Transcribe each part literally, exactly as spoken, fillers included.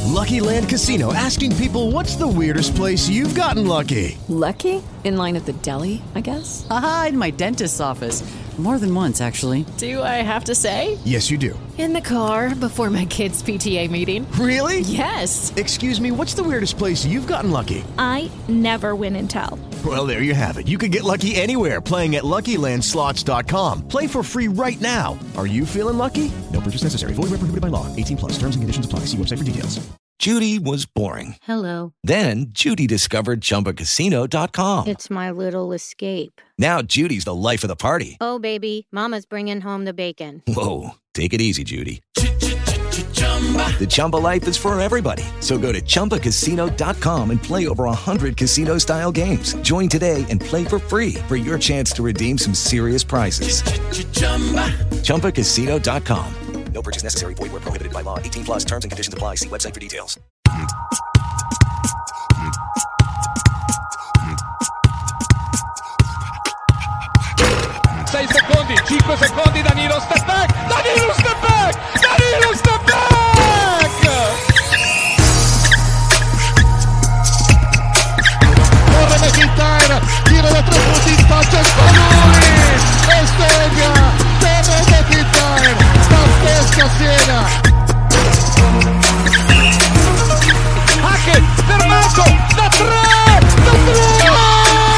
Lucky Land Casino, asking people, what's the weirdest place you've gotten lucky? Lucky? In line at the deli, I guess? Aha, in my dentist's office. More than once, actually. Do I have to say? Yes, you do. In the car before my kids' P T A meeting. Really? Yes. Excuse me, what's the weirdest place you've gotten lucky? I never win and tell. Well, there you have it. You can get lucky anywhere, playing at Lucky Land Slots dot com. Play for free right now. Are you feeling lucky? No purchase necessary. Void where prohibited by law. eighteen plus. Terms and conditions apply. See website for details. Judy was boring. Hello. Then Judy discovered Chumba Casino dot com. It's my little escape. Now Judy's the life of the party. Oh, baby, mama's bringing home the bacon. Whoa, take it easy, Judy. The Chumba life is for everybody. So go to Chumba Casino dot com and play over one hundred casino-style games. Join today and play for free for your chance to redeem some serious prizes. Chumba Casino dot com. No purchase necessary. Void where prohibited by law. eighteen plus. Terms and conditions apply. See website for details. sei secondi, cinque secondi, Danilo step back, Danilo step back, Danilo step back! Corre McIntyre, tiro da tre punti in faccia, Spanoli e segna per McIntyre, pazzesca Siena. Hackett, fermato, da tre, da tre!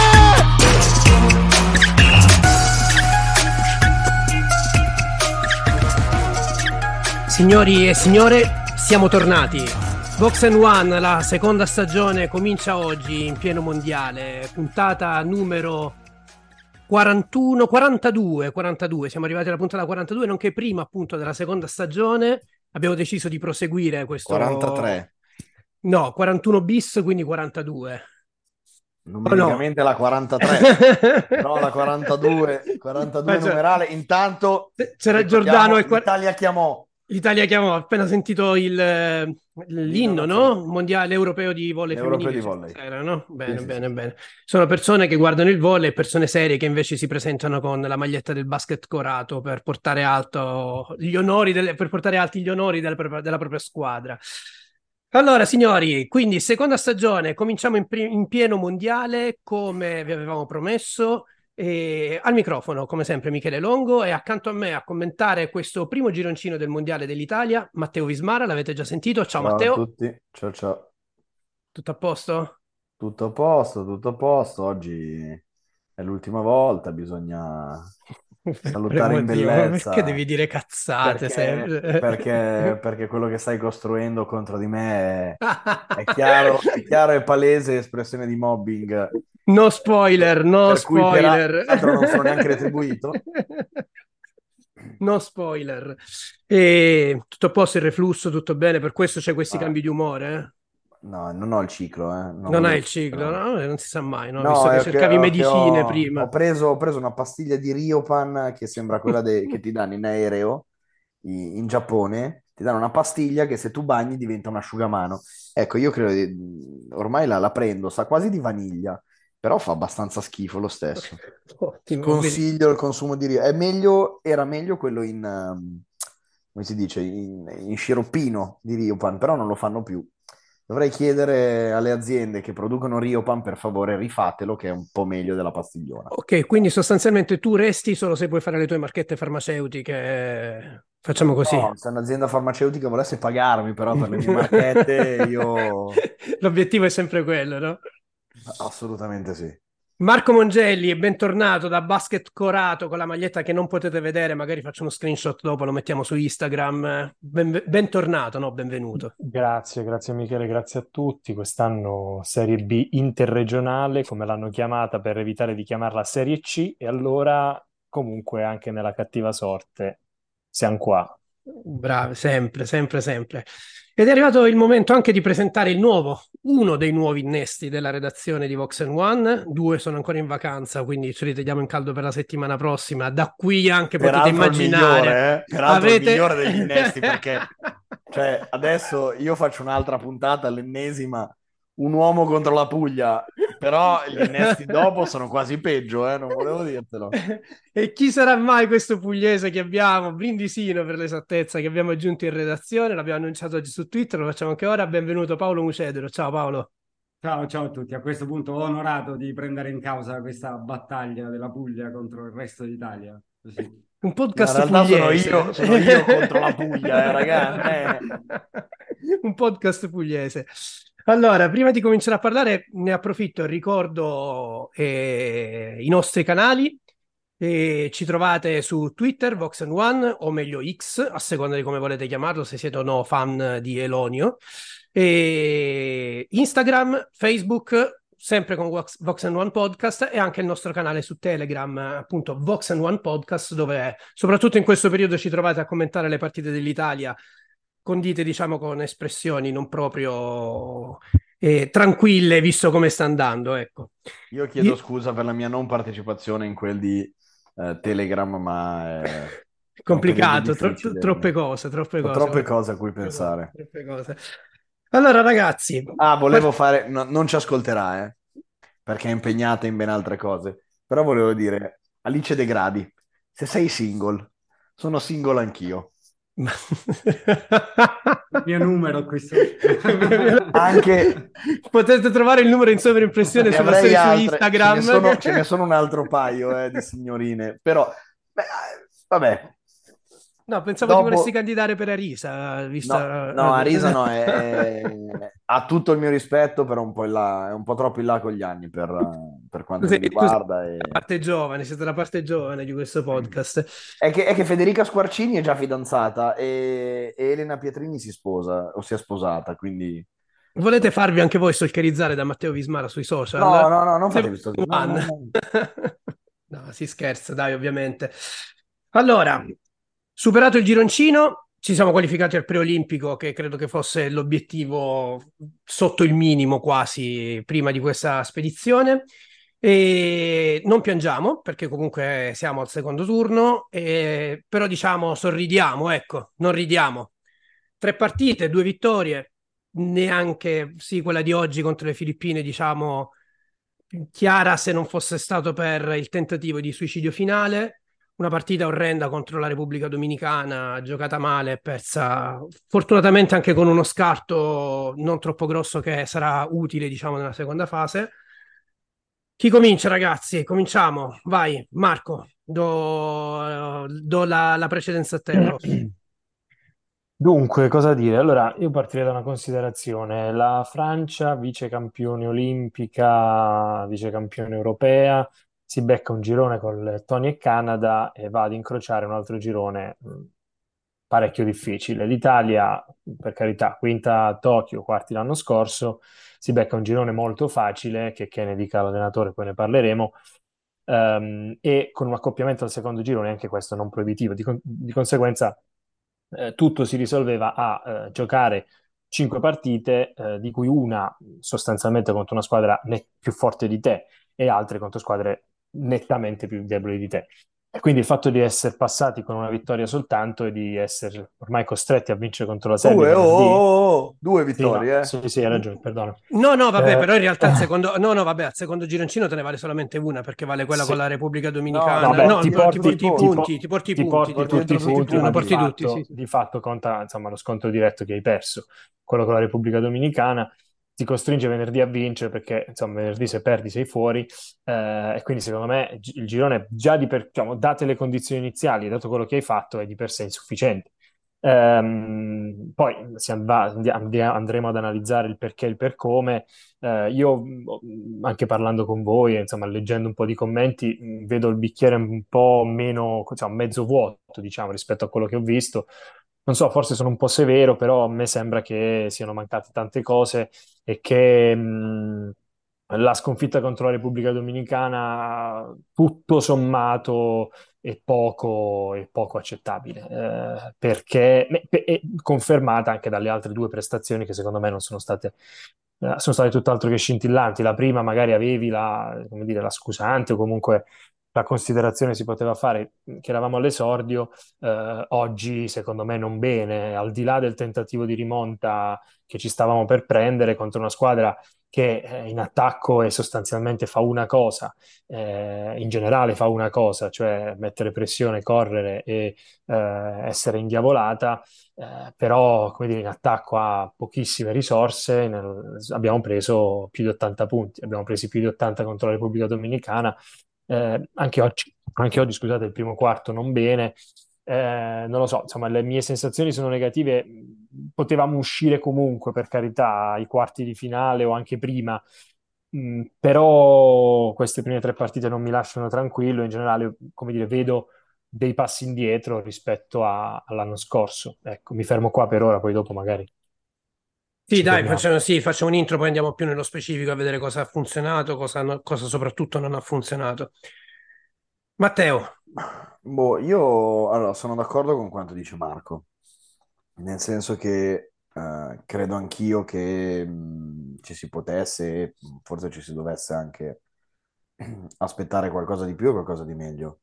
Signori e signore, siamo tornati. Box and One, la seconda stagione, comincia oggi in pieno mondiale. Puntata numero quarantuno, quarantadue, quarantadue. Siamo arrivati alla puntata quarantadue, nonché prima appunto della seconda stagione. Abbiamo deciso di proseguire questo... quarantatré. No, quarantuno bis, quindi quarantadue. Numericamente oh no. La quarantatré, no, la quarantadue, quarantadue numerale. Intanto c'era Giordano e l'Italia chiamò. L'Italia chiamò, ho appena sentito il, l'inno, no? Mondiale europeo di volley europeo femminile. Di volley. Era, no? Bene, sì, sì, bene, sì. bene. Sono persone che guardano il volley e persone serie che invece si presentano con la maglietta del basket corato per portare alto gli onori delle, per portare alti gli onori della propria, della propria squadra. Allora, signori, quindi seconda stagione, cominciamo in, pri- in pieno mondiale, come vi avevamo promesso. E al microfono, come sempre, Michele Longo, e accanto a me a commentare questo primo gironcino del mondiale dell'Italia, Matteo Vismara. L'avete già sentito? Ciao, ciao Matteo. Ciao a tutti, ciao ciao. Tutto a posto? Tutto a posto, tutto a posto. Oggi è l'ultima volta, bisogna salutare in bellezza. Perché devi dire cazzate perché, sempre? Perché, perché quello che stai costruendo contro di me è, è chiaro, è chiaro e palese espressione di mobbing. No spoiler, no per spoiler. Cui peraltro non sono neanche retribuito. No spoiler. E tutto a posto, il reflusso, tutto bene, per questo c'è questi ah. cambi di umore? Eh? No, non ho il ciclo. Eh. Non, non hai il ciclo, no? Non si sa mai, no? no Visto che cercavi che, medicine ho, prima. Ho preso, ho preso una pastiglia di Riopan che sembra quella de, che ti danno in aereo in, in Giappone. Ti danno una pastiglia che se tu bagni diventa un asciugamano. Ecco, io credo che ormai la, la prendo, sa quasi di vaniglia. Però fa abbastanza schifo lo stesso. Ottimo, Consiglio vedi. Il consumo di Rio. È meglio, era meglio quello in, um, come si dice, in, in sciroppino di Riopan, però non lo fanno più. Dovrei chiedere alle aziende che producono Riopan, per favore, rifatelo, che è un po' meglio della pastigliona. Ok, quindi sostanzialmente tu resti solo se puoi fare le tue marchette farmaceutiche. Facciamo così. No, se un'azienda farmaceutica volesse pagarmi però per le mie marchette, io... L'obiettivo è sempre quello, no? Assolutamente sì. Marco Mongelli, bentornato da Basket Corato con la maglietta che non potete vedere, magari faccio uno screenshot dopo, lo mettiamo su Instagram. Ben, bentornato, no? Benvenuto. Grazie, grazie Michele, grazie a tutti. Quest'anno Serie B interregionale, come l'hanno chiamata per evitare di chiamarla Serie C, e allora comunque anche nella cattiva sorte siamo qua. Bravi, sempre, sempre, sempre. Ed è arrivato il momento anche di presentare il nuovo, uno dei nuovi innesti della redazione di Vox and One. Due sono ancora in vacanza, quindi ce li teniamo in caldo per la settimana prossima. Da qui anche potete immaginare. Il migliore, eh? Peraltro avete... il migliore degli innesti, perché cioè, adesso io faccio un'altra puntata, l'ennesima, un uomo contro la Puglia, però gli innesti dopo sono quasi peggio, eh, non volevo dirtelo. E chi sarà mai questo pugliese che abbiamo, Brindisino per l'esattezza, che abbiamo aggiunto in redazione, l'abbiamo annunciato oggi su Twitter, lo facciamo anche ora. Benvenuto Paolo Mucedero. Ciao Paolo. Ciao, ciao a tutti. A questo punto onorato di prendere in causa questa battaglia della Puglia contro il resto d'Italia. Così. Un No, in podcast realtà sono pugliese. io, sono io contro la Puglia, eh, ragazzi. Eh. Un podcast pugliese. Allora, prima di cominciare a parlare, ne approfitto e ricordo eh, i nostri canali. E ci trovate su Twitter, Vox and One, o meglio X, a seconda di come volete chiamarlo, se siete o no fan di Elonio. E Instagram, Facebook, sempre con Vox, Vox and One Podcast, e anche il nostro canale su Telegram, appunto Vox and One Podcast, dove soprattutto in questo periodo ci trovate a commentare le partite dell'Italia, condite diciamo con espressioni non proprio eh, tranquille, visto come sta andando, ecco. Io chiedo Io... scusa per la mia non partecipazione in quel di eh, Telegram, ma è complicato, tro- difficile. troppe cose, troppe Ho cose. troppe cose a cui pensare. Troppe cose. Allora ragazzi... Ah, volevo fare... no, non ci ascolterà, eh, perché è impegnata in ben altre cose. Però volevo dire, Alice De Gradi, se sei single, sono single anch'io. Il mio numero questo. Anche potete trovare il numero in sovraimpressione sulla avrei storia su altre, Instagram. Ce ne sono, ce ne sono un altro paio eh, di signorine, però beh, vabbè. No, pensavo Dopo... di volersi candidare per Arisa. Vista... No, no, Arisa no, è, è... ha tutto il mio rispetto, però un po' in là, è un po' troppo in là con gli anni per, per quanto Così, mi riguarda. E... la parte giovane, siete la parte giovane di questo podcast. È che, è che Federica Squarcini è già fidanzata e, e Elena Pietrini si sposa, o si è sposata, quindi... Volete farvi anche voi stalkerizzare da Matteo Vismara sui social? No, no, no, non fatevi stalkerizzare. No, no, no. No, si scherza, dai, ovviamente. Allora... Superato il gironcino, ci siamo qualificati al preolimpico, che credo che fosse l'obiettivo sotto il minimo quasi prima di questa spedizione. E non piangiamo, perché comunque siamo al secondo turno, e... però diciamo sorridiamo, ecco, non ridiamo. Tre partite, due vittorie, neanche, sì, quella di oggi contro le Filippine, diciamo, chiara se non fosse stato per il tentativo di suicidio finale. Una partita orrenda contro la Repubblica Dominicana, giocata male, persa fortunatamente anche con uno scarto non troppo grosso che sarà utile, diciamo, nella seconda fase. Chi comincia, ragazzi? Cominciamo. Vai, Marco, do, do la, la precedenza a te. Dunque, cosa dire? Allora, io partirei da una considerazione. La Francia, vice campione olimpica, vice campione europea, si becca un girone con Lettonia e Canada e va ad incrociare un altro girone mh, parecchio difficile. L'Italia, per carità, quinta a Tokyo, quarti l'anno scorso, si becca un girone molto facile, che, che ne dica l'allenatore, poi ne parleremo, um, e con un accoppiamento al secondo girone, anche questo non proibitivo. Di, con- di conseguenza eh, tutto si risolveva a eh, giocare cinque partite, eh, di cui una sostanzialmente contro una squadra ne- più forte di te e altre contro squadre nettamente più deboli di te. E quindi il fatto di essere passati con una vittoria soltanto e di essere ormai costretti a vincere contro la Serbia Due, oh, venerdì... oh, oh, due vittorie, sì, no, eh. sì, sì, hai ragione, perdono. No, no, vabbè, Eh, però in realtà il secondo, no, no, vabbè, al secondo gironcino te ne vale solamente una, perché vale quella sì. con la Repubblica Dominicana. No, beh, No, ti no, porti, ti porti i ti po- punti, ti porti i ti punti, porti ti tutti i punti, no, ma di porti tutti, fatto, sì, sì. di fatto conta, insomma, lo scontro diretto che hai perso. Quello con la Repubblica Dominicana ti costringe venerdì a vincere perché, insomma, venerdì se perdi sei fuori, eh, e quindi secondo me gi- il girone già di per, diciamo, date le condizioni iniziali, dato quello che hai fatto, è di per sé insufficiente. Ehm, poi si andrà- andi- andi- andremo ad analizzare il perché e il per come. Eh, io, mh, anche parlando con voi, insomma, leggendo un po' di commenti, mh, vedo il bicchiere un po' meno, diciamo, mezzo vuoto, diciamo, rispetto a quello che ho visto. Non so, forse sono un po' severo, però a me sembra che siano mancate tante cose e che mh, la sconfitta contro la Repubblica Dominicana, tutto sommato, è poco, è poco accettabile, eh, perché è confermata anche dalle altre due prestazioni che secondo me non sono state, eh, sono state tutt'altro che scintillanti. La prima magari avevi la, come dire, la scusante o comunque la considerazione si poteva fare che eravamo all'esordio, eh, oggi secondo me non bene, al di là del tentativo di rimonta che ci stavamo per prendere contro una squadra che eh, in attacco e sostanzialmente fa una cosa, eh, in generale fa una cosa, cioè mettere pressione, correre e eh, essere indiavolata, eh, però come dire, in attacco ha pochissime risorse, nel- abbiamo preso più di ottanta punti, abbiamo presi più di ottanta contro la Repubblica Dominicana, eh, anche oggi, anche oggi, scusate, il primo quarto non bene. Eh, non lo so, insomma, le mie sensazioni sono negative. Potevamo uscire comunque, per carità, ai quarti di finale o anche prima. Mm, però queste prime tre partite non mi lasciano tranquillo. In generale, come dire, vedo dei passi indietro rispetto a- all'anno scorso. Ecco, mi fermo qua per ora, poi dopo magari Sì, ci dai, torniamo. facciamo, sì, facciamo un intro, poi andiamo più nello specifico a vedere cosa ha funzionato, cosa, no- cosa soprattutto non ha funzionato. Matteo, Boh, io allora sono d'accordo con quanto dice Marco, nel senso che eh, credo anch'io che mh, ci si potesse, e forse ci si dovesse anche aspettare qualcosa di più e qualcosa di meglio.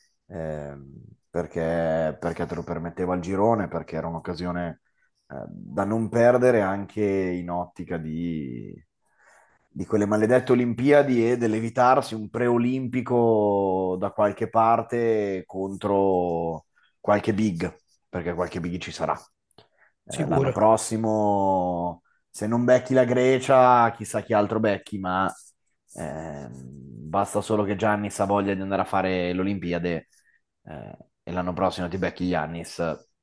Ehm, perché, perché te lo permetteva il girone, perché era un'occasione eh, da non perdere anche in ottica di, di quelle maledette Olimpiadi e dell'evitarsi un preolimpico da qualche parte contro qualche big, perché qualche big ci sarà. Eh, l'anno sicuro. prossimo, se non becchi la Grecia, chissà chi altro becchi, ma ehm, basta solo che Giannis ha voglia di andare a fare l'Olimpiade eh, e l'anno prossimo ti becchi Giannis.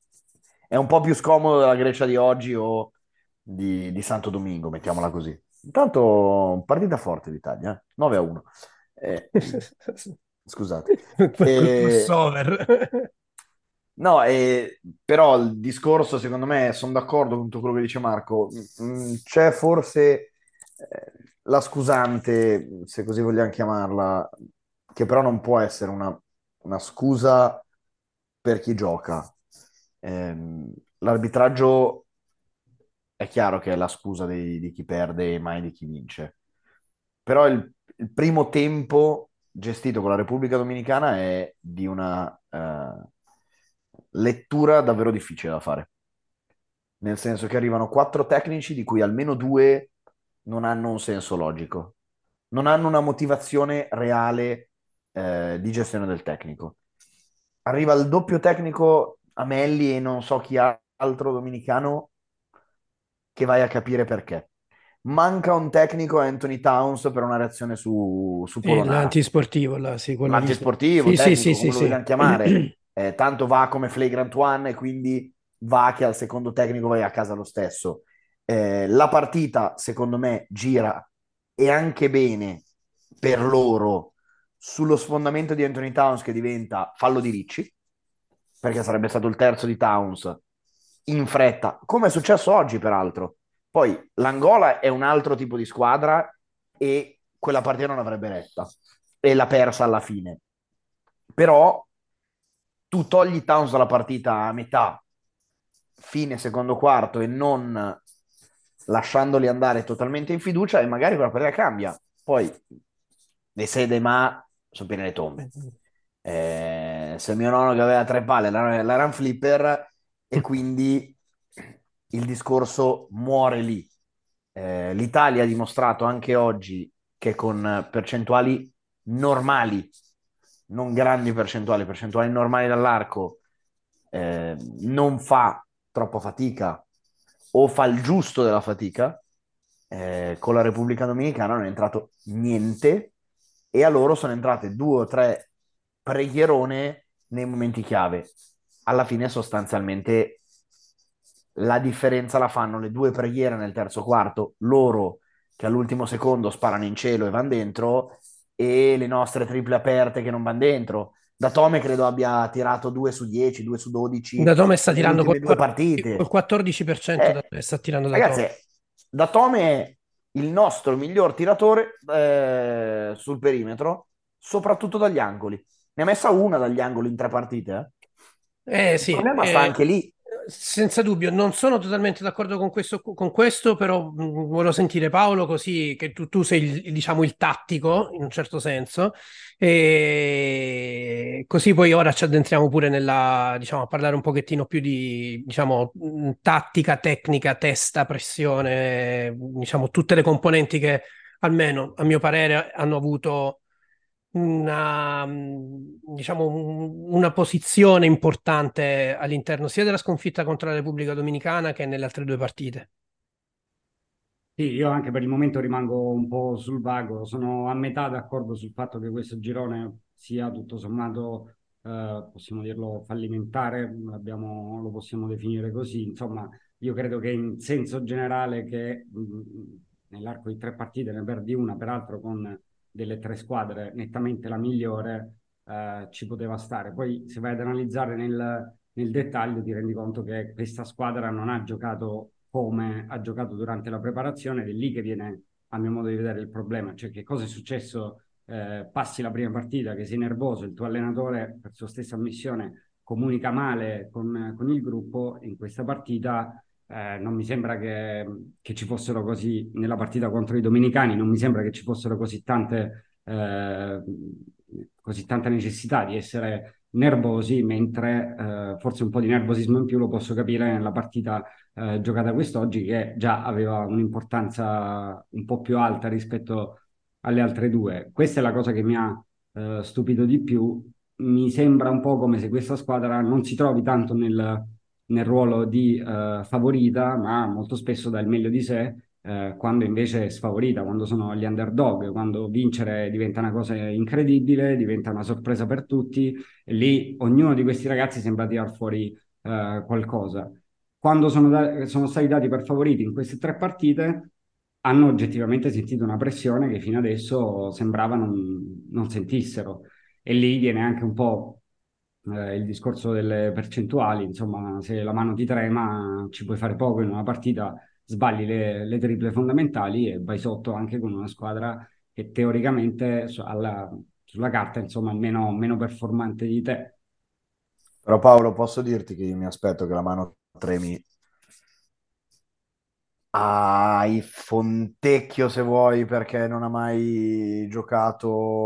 È un po' più scomodo della Grecia di oggi o di, di Santo Domingo, mettiamola così. Intanto, partita forte l'Italia, eh? nove a uno. Eh, scusate. Col E, crossover. no, e, però il discorso, secondo me, sono d'accordo con tutto quello che dice Marco. Mm, c'è forse eh, la scusante, se così vogliamo chiamarla, che però non può essere una, una scusa per chi gioca. Ehm, l'arbitraggio è chiaro che è la scusa di, di chi perde e mai di chi vince. Però il, il primo tempo gestito con la Repubblica Dominicana è di una eh, lettura davvero difficile da fare. Nel senso che arrivano quattro tecnici, di cui almeno due non hanno un senso logico, non hanno una motivazione reale eh, di gestione del tecnico. Arriva il doppio tecnico Amelli e non so chi altro dominicano che vai a capire perché. Manca un tecnico Anthony Towns per una reazione su, su Sì, Polonara. l'antisportivo, là, sì, quello lì. L'antisportivo, Sì, sì, sì, tecnico, sì, come lo sì. vogliamo chiamare, eh, tanto va come flagrant one e quindi va che al secondo tecnico vai a casa lo stesso. Eh, la partita, secondo me, gira e anche bene per loro sullo sfondamento di Anthony Towns che diventa fallo di Ricci, perché sarebbe stato il terzo di Towns in fretta, come è successo oggi peraltro. Poi l'Angola è un altro tipo di squadra e quella partita non avrebbe retta e l'ha persa alla fine. Però tu togli Towns dalla partita a metà, fine secondo quarto e non lasciandoli andare totalmente in fiducia e magari quella partita cambia. Poi le sede ma sono piene le tombe. Eh, se mio nonno che aveva tre palle l'era l'era un flipper e quindi il discorso muore lì. Eh, L'Italia ha dimostrato anche oggi che con percentuali normali, non grandi percentuali, percentuali normali dall'arco, eh, non fa troppa fatica o fa il giusto della fatica. Eh, con la Repubblica Dominicana non è entrato niente e a loro sono entrate due o tre preghierone nei momenti chiave. Alla fine sostanzialmente la differenza la fanno le due preghiere nel terzo quarto, loro che all'ultimo secondo sparano in cielo e vanno dentro, e le nostre triple aperte che non vanno dentro. Da Tome credo abbia tirato due su dieci, due su dodici Da Tome sta nelle tirando ultime col, due partite. col quattordici per cento da, Eh, sta tirando da ragazzi, Tome. da Tome è il nostro miglior tiratore eh, sul perimetro, soprattutto dagli angoli. Ne ha messa una dagli angoli in tre partite. Eh? Eh Il sì, problema sta eh, anche lì. senza dubbio, non sono totalmente d'accordo con questo, con questo, però mh, volevo sentire Paolo così che tu, tu sei il, diciamo, il tattico in un certo senso, e così poi ora ci addentriamo pure nella, diciamo, a parlare un pochettino più di, diciamo, mh, tattica, tecnica, testa, pressione, diciamo, tutte le componenti che almeno a mio parere hanno avuto una, mh, diciamo, un- una posizione importante all'interno sia della sconfitta contro la Repubblica Dominicana che nelle altre due partite. Sì, io anche per il momento rimango un po' sul vago, sono a metà d'accordo sul fatto che questo girone sia tutto sommato, eh, possiamo dirlo, fallimentare, l'abbiamo- lo possiamo definire così, insomma, io credo che in senso generale che mh, nell'arco di tre partite ne perdi una, peraltro con delle tre squadre nettamente la migliore, eh, ci poteva stare. Poi se vai ad analizzare nel, nel dettaglio ti rendi conto che questa squadra non ha giocato come ha giocato durante la preparazione ed è lì che viene, a mio modo di vedere, il problema. Cioè che cosa è successo? Eh, passi la prima partita che sei nervoso, il tuo allenatore per sua stessa ammissione comunica male con, con il gruppo, in questa partita eh, non mi sembra che, che ci fossero così, nella partita contro i dominicani, non mi sembra che ci fossero così tante, eh, così tanta necessità di essere nervosi, mentre eh, forse un po' di nervosismo in più lo posso capire nella partita eh, giocata quest'oggi, che già aveva un'importanza un po' più alta rispetto alle altre due. Questa è la cosa che mi ha eh, stupito di più. Mi sembra un po' come se questa squadra non si trovi tanto nel, nel ruolo di eh, favorita, ma molto spesso dà il meglio di sé, eh, quando invece è sfavorita, quando sono gli underdog, quando vincere diventa una cosa incredibile, diventa una sorpresa per tutti, e lì ognuno di questi ragazzi sembra tirar fuori eh, qualcosa. Quando sono, da- sono stati dati per favoriti in queste tre partite, hanno oggettivamente sentito una pressione che fino adesso sembrava non, non sentissero. E lì viene anche un po' eh, il discorso delle percentuali, insomma, se la mano ti trema ci puoi fare poco in una partita, sbagli le, le triple fondamentali e vai sotto anche con una squadra che teoricamente su- alla- sulla carta, insomma, è meno, meno performante di te. Però Paolo, posso dirti che io mi aspetto che la mano tremi ai Fontecchio, se vuoi, perché non ha mai giocato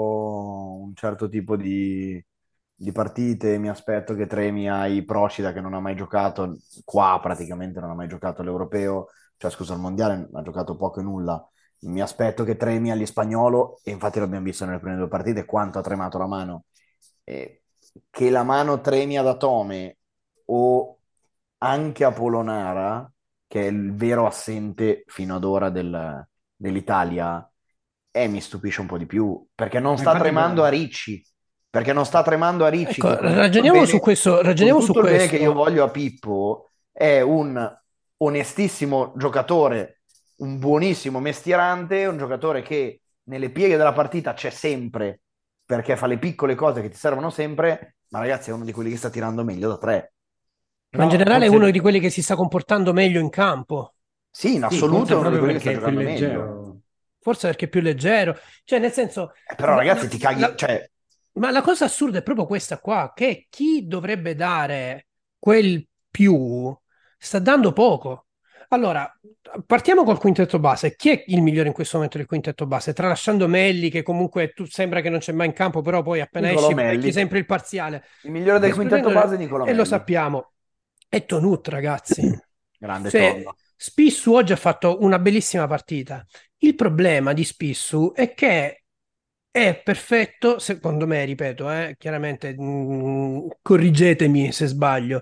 un certo tipo di, di partite. Mi aspetto che tremi ai Procida, che non ha mai giocato qua, praticamente non ha mai giocato l'Europeo, cioè scusa, il Mondiale ha giocato poco e nulla. Mi aspetto che tremi agli Spagnolo, e infatti l'abbiamo visto nelle prime due partite quanto ha tremato la mano. Eh, che la mano tremi ad Atome o anche a Polonara, che è il vero assente fino ad ora del- dell'Italia, e mi stupisce un po' di più, perché non Ma sta infatti, tremando a guarda, Ricci, perché non sta tremando a Ricci, Ecco, che con tutto il ragioniamo su bene, questo, con ragioniamo su tutto il bene che io questo. voglio a Pippo, è un onestissimo giocatore, un buonissimo mestierante, un giocatore che nelle pieghe della partita c'è sempre, perché fa le piccole cose che ti servono sempre, ma ragazzi è uno di quelli che sta tirando meglio da tre. Ma in però generale è uno di forse quelli che si sta comportando meglio in campo, Sì, in sì, assoluto forse è uno di proprio quelli che sta perché è più giocando meglio. leggero. forse perché è più leggero. Cioè, nel senso, Eh, però la- ragazzi ti caghi, la- cioè, ma la cosa assurda è proprio questa qua, che chi dovrebbe dare quel più sta dando poco. Allora, partiamo col quintetto base. Chi è il migliore in questo momento del quintetto base? Tralasciando Melli, che comunque tu sembra che non c'è mai in campo, però poi appena Nicolò esci becchi Melli, sempre il parziale. il migliore del quintetto Escludendo, base è Nicolò e lo Melli. sappiamo, è Tonut, ragazzi. Grande Cioè, tonno. Spissu oggi ha fatto una bellissima partita. Il problema di Spissu è che è perfetto, secondo me, ripeto, eh, chiaramente mh, corrigetemi se sbaglio,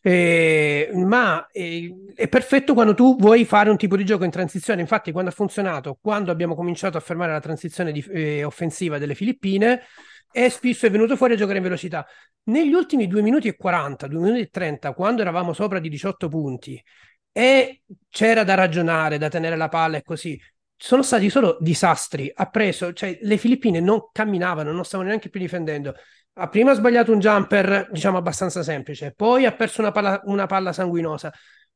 eh, ma eh, è perfetto quando tu vuoi fare un tipo di gioco in transizione. Infatti, quando ha funzionato, quando abbiamo cominciato a fermare la transizione di- eh, offensiva delle Filippine, e Spissu è venuto fuori a giocare in velocità. Negli ultimi due minuti e quaranta, due minuti e trenta, quando eravamo sopra di diciotto punti e c'era da ragionare, da tenere la palla e così, sono stati solo disastri. Ha preso, cioè le Filippine non camminavano, non stavano neanche più difendendo. Ha prima sbagliato un jumper, diciamo abbastanza semplice, poi ha perso una palla, una palla sanguinosa.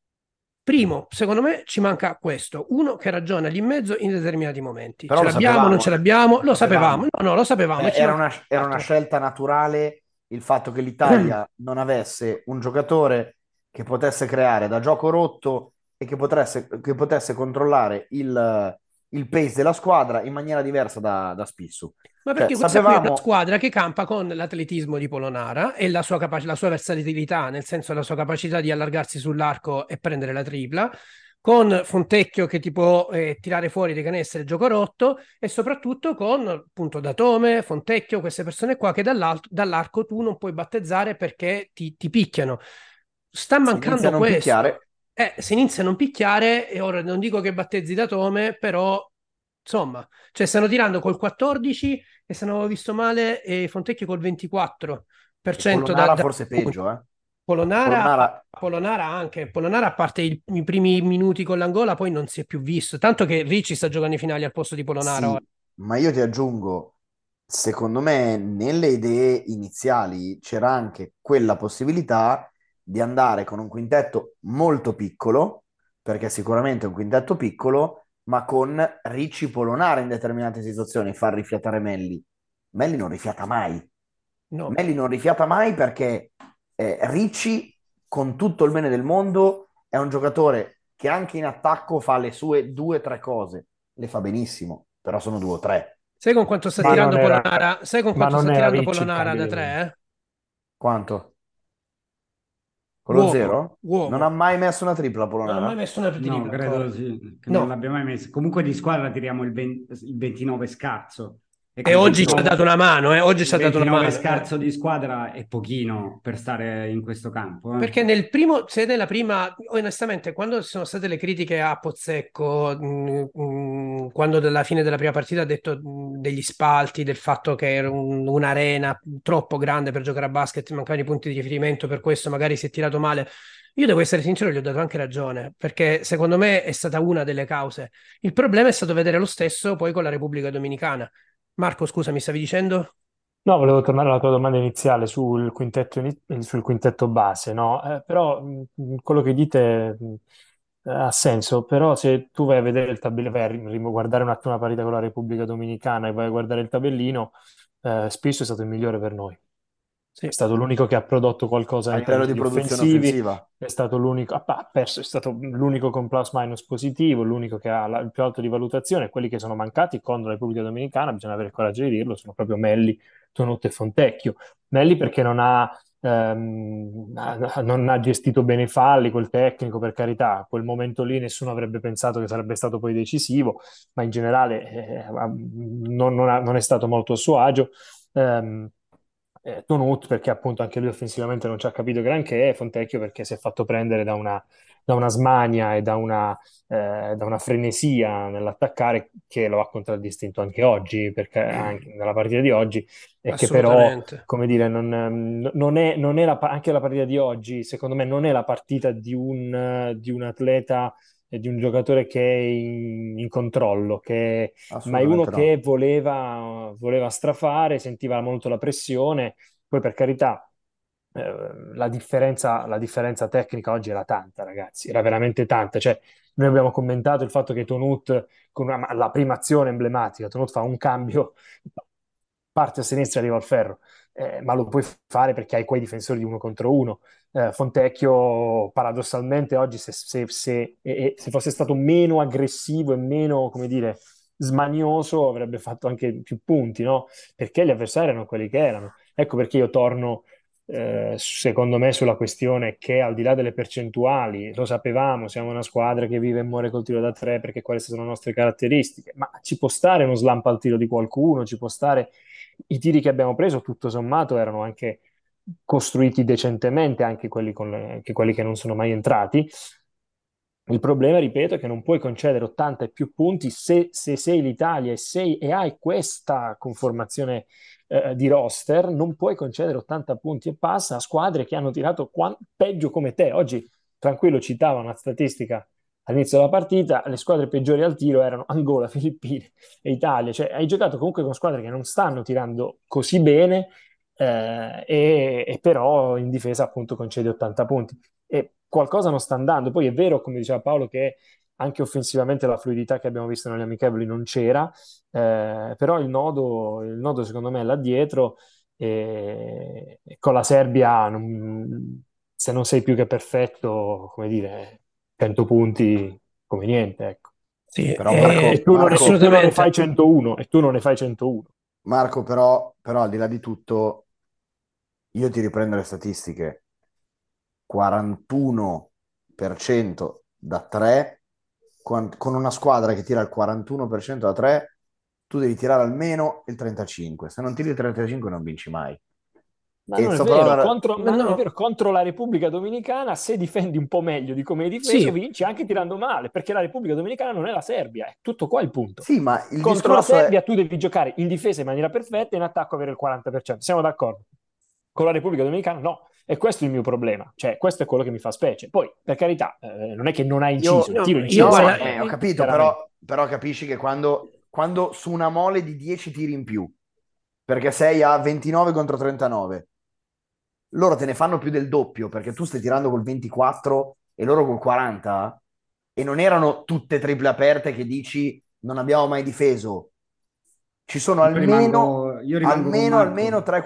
Primo, secondo me ci manca questo, uno che ragiona lì in mezzo in determinati momenti. Però Ce lo l'abbiamo, non sapevamo, ce eh. l'abbiamo, Lo lo sapevamo. sapevamo. No, no, lo sapevamo. Eh, Ci era manca una, era una altro. scelta naturale il fatto che l'Italia non avesse un giocatore che potesse creare da gioco rotto e che potesse, che potesse controllare il, il pace della squadra in maniera diversa da, da Spissu. Ma Cioè, perché questa qui è una sapevamo... squadra che campa con l'atletismo di Polonara e la sua, capac- la sua versatilità, nel senso la sua capacità di allargarsi sull'arco e prendere la tripla, con Fontecchio che ti può eh, tirare fuori dei canestri e gioco rotto, e soprattutto con appunto Datome, Fontecchio, queste persone qua che dall'alto- dall'arco tu non puoi battezzare perché ti, ti picchiano. Sta Si inizia a mancando non questo. picchiare. Eh, si inizia a non picchiare, e ora non dico che battezzi Datome, però insomma, cioè stanno tirando col quattordici e se non avevo visto male, e Fontecchio col ventiquattro per E cento da, Polonara da forse peggio, eh. Polonara, Polonara, Polonara anche. Polonara, a parte il- i primi minuti con l'Angola, poi non si è più visto. Tanto che Ricci sta giocando i finali al posto di Polonara ora. sì, ma io ti aggiungo, secondo me nelle idee iniziali c'era anche quella possibilità di andare con un quintetto molto piccolo, perché sicuramente è un quintetto piccolo, ma con Ricci Polonara in determinate situazioni, far rifiatare Melli. Melli non rifiata mai. No. Melli non rifiata mai perché eh, Ricci, con tutto il bene del mondo, è un giocatore che anche in attacco fa le sue due o tre cose. Le fa benissimo, però sono due o tre. Sai con quanto sta Ma non tirando era, Polonara? Sai con ma quanto non sta era tirando Ricci il Polonara cambio da di tre, mente. eh? Quanto? Con lo Uomo, zero? Non ha uomo. mai messo una tripla Non ha mai Polonara? messo una No, tripla ancora. credo sì, che non No. l'abbiamo mai messo. Comunque di squadra tiriamo il, venti il ventinove scarso. E E quel oggi ci ha ventinove, dato una mano, eh? Oggi ci il ha dato una ventinove mano, eh? scarso di squadra è pochino per stare in questo campo. Eh. Perché nel primo, se nella prima, onestamente, quando ci sono state le critiche a Pozzecco, mh, mh, quando dalla fine della prima partita ha detto mh, degli spalti, del fatto che era un- un'arena troppo grande per giocare a basket, mancavano i punti di riferimento, per questo magari si è tirato male. Io devo essere sincero, gli ho dato anche ragione, perché secondo me è stata una delle cause. Il problema è stato vedere lo stesso poi con la Repubblica Dominicana. Marco, scusa, mi stavi dicendo? No, volevo tornare alla tua domanda iniziale sul quintetto, ini- sul quintetto base, no? Eh, però mh, quello che dite mh, ha senso, però se tu vai a vedere il tabellino, vai a ri- ri- guardare un attimo la partita con la Repubblica Dominicana e vai a guardare il tabellino, eh, Spisso è stato il migliore per noi. È Sì, stato l'unico che ha prodotto qualcosa A in livello di termini produzione offensivi, offensiva? è stato l'unico, ah, ha perso, è stato l'unico con plus minus positivo, l'unico che ha la- il più alto di valutazione. Quelli che sono mancati con la Repubblica Dominicana, bisogna avere il coraggio di dirlo, sono proprio Melli, Tonut e Fontecchio. Melli perché non ha, ehm, ha- non ha gestito bene i falli, quel tecnico, per carità, a quel momento lì nessuno avrebbe pensato che sarebbe stato poi decisivo, ma in generale eh, non, non ha- non è stato molto a suo agio. Ehm, eh, Tonut perché appunto anche lui offensivamente non ci ha capito granché, e Fontecchio perché si è fatto prendere da una, da una smania e da una, eh, da una frenesia nell'attaccare che lo ha contraddistinto anche oggi, perché anche nella partita di oggi, e che però, assolutamente. come dire, non, ehm, non è, non è la, pa- anche la partita di oggi, secondo me, non è la partita di un, eh, di un atleta e di un giocatore che è in, in controllo, che ma è uno Assolutamente no. che voleva, voleva strafare, sentiva molto la pressione. Poi, per carità, eh, la differenza, la differenza tecnica oggi era tanta, ragazzi, era veramente tanta. Cioè, noi abbiamo commentato il fatto che Tonut, con una- la prima azione emblematica, Tonut fa un cambio, parte a sinistra e arriva al ferro, eh, ma lo puoi fare perché hai quei difensori di uno contro uno. Eh, Fontecchio, paradossalmente, oggi se, se- se- e- e se fosse stato meno aggressivo e meno, come dire, smanioso, avrebbe fatto anche più punti, no? Perché gli avversari erano quelli che erano. Ecco perché io torno, eh, secondo me, sulla questione che al di là delle percentuali, lo sapevamo, siamo una squadra che vive e muore col tiro da tre perché queste sono le nostre caratteristiche, ma ci può stare uno slump al tiro di qualcuno, ci può stare i tiri che abbiamo preso, tutto sommato, erano anche costruiti decentemente, anche quelli, con le- anche quelli che non sono mai entrati. Il problema, ripeto, è che non puoi concedere ottanta e più punti se, se sei l'Italia e, sei, e hai questa conformazione eh, di roster, non puoi concedere ottanta punti e passa a squadre che hanno tirato qua- peggio come te. Oggi, tranquillo, citava una statistica all'inizio della partita, le squadre peggiori al tiro erano Angola, Filippine e Italia. Cioè, hai giocato comunque con squadre che non stanno tirando così bene, eh, e, e però in difesa appunto concede ottanta punti. E qualcosa non sta andando. Poi è vero, come diceva Paolo, che anche offensivamente la fluidità che abbiamo visto nelle amichevoli non c'era, eh, però il nodo, il nodo secondo me è là dietro, e, e con la Serbia non, se non sei più che perfetto, come dire, cento punti come niente, ecco. Sì, Però eh, Marco, E tu non, Marco, e tu non ne assolutamente. fai centouno, e tu non ne fai centouno. Marco, però, però al di là di tutto, io ti riprendo le statistiche. quarantuno per cento da tre, con, con una squadra che tira il quarantuno per cento da tre, tu devi tirare almeno il trentacinque. Se non tiri il trentacinque non vinci mai. Ma E non è sto vero, parlando... contro, Ma ma non è no, vero, contro la Repubblica Dominicana, se difendi un po' meglio di come hai difeso, sì, vinci anche tirando male, perché la Repubblica Dominicana non è la Serbia, è tutto qua il punto. Sì, ma il Contro la discorso è... Serbia tu devi giocare in difesa in maniera perfetta e in attacco avere il quaranta per cento. Siamo d'accordo? Con la Repubblica Dominicana no. E questo è il mio problema, cioè questo è quello che mi fa specie. Poi, per carità, eh, non è che non ha Io, inciso, il no, tiro io incise, no, guarda, eh, ho eh, capito, chiaramente. però, però capisci che quando, quando su una mole di dieci tiri in più, perché sei a ventinove contro trentanove, loro te ne fanno più del doppio, perché tu stai tirando col ventiquattro e loro col quaranta, e non erano tutte triple aperte che dici non abbiamo mai difeso. Ci sono Io almeno, rimango, io rimango con almeno, Marco. almeno tre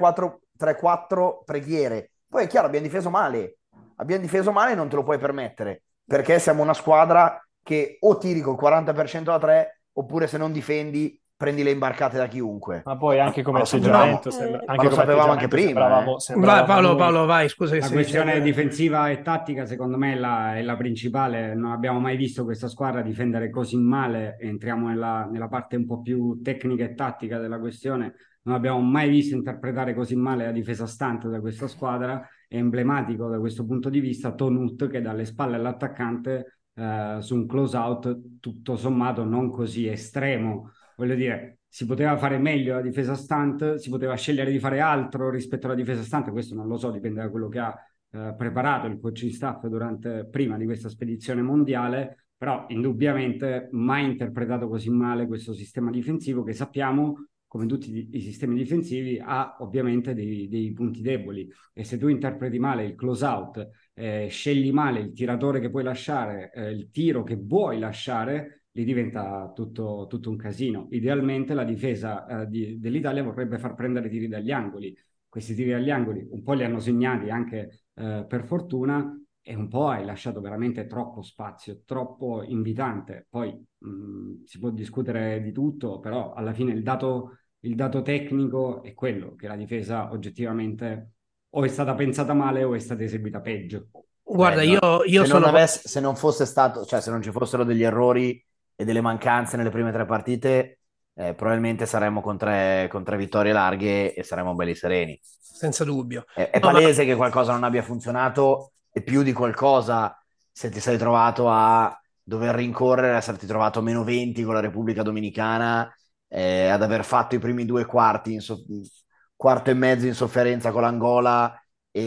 quattro preghiere. Poi è chiaro, abbiamo difeso male. Abbiamo difeso male e non te lo puoi permettere, perché siamo una squadra che o tiri col quaranta per cento da tre, oppure se non difendi prendi le imbarcate da chiunque. Ma poi anche Ma come lo sapevamo, atteggiamento, sembra- ma anche lo come sapevamo anche atteggiamento prima, eh. sembravamo, vai sembravamo Paolo, noi. Paolo, vai, scusa che La si questione dice. difensiva e tattica, secondo me, è la, è la principale. Non abbiamo mai visto questa squadra difendere così male. Entriamo nella, nella parte un po' più tecnica e tattica della questione. Non abbiamo mai visto interpretare così male la difesa stante da questa squadra. È emblematico da questo punto di vista Tonut, che dalle spalle all'attaccante eh, su un close out tutto sommato non così estremo. Voglio dire, si poteva fare meglio la difesa stante, si poteva scegliere di fare altro rispetto alla difesa stante, questo non lo so, dipende da quello che ha eh, preparato il coaching staff durante, prima di questa spedizione mondiale, però indubbiamente mai interpretato così male questo sistema difensivo che sappiamo, come tutti i, i sistemi difensivi, ha ovviamente dei, dei punti deboli, e se tu interpreti male il close out, eh, scegli male il tiratore che puoi lasciare, eh, il tiro che vuoi lasciare, lì diventa tutto, tutto un casino. Idealmente la difesa eh, di, dell'Italia vorrebbe far prendere tiri dagli angoli. Questi tiri dagli angoli un po' li hanno segnati anche eh, per fortuna, e un po' hai lasciato veramente troppo spazio, troppo invitante. Poi mh, si può discutere di tutto, però alla fine il dato, il dato tecnico è quello, che la difesa oggettivamente o è stata pensata male o è stata eseguita peggio. Guarda, Beh, io, no. io se, sono... non avesse, se non fosse stato, cioè se non ci fossero degli errori e delle mancanze nelle prime tre partite, eh, probabilmente saremmo con tre, con tre vittorie larghe e saremmo belli sereni. Senza dubbio. È, è No, palese ma... che qualcosa non abbia funzionato, e più di qualcosa se ti sei trovato a dover rincorrere, a esserti trovato a meno venti con la Repubblica Dominicana, eh, ad aver fatto i primi due quarti, in so- quarto e mezzo in sofferenza con l'Angola,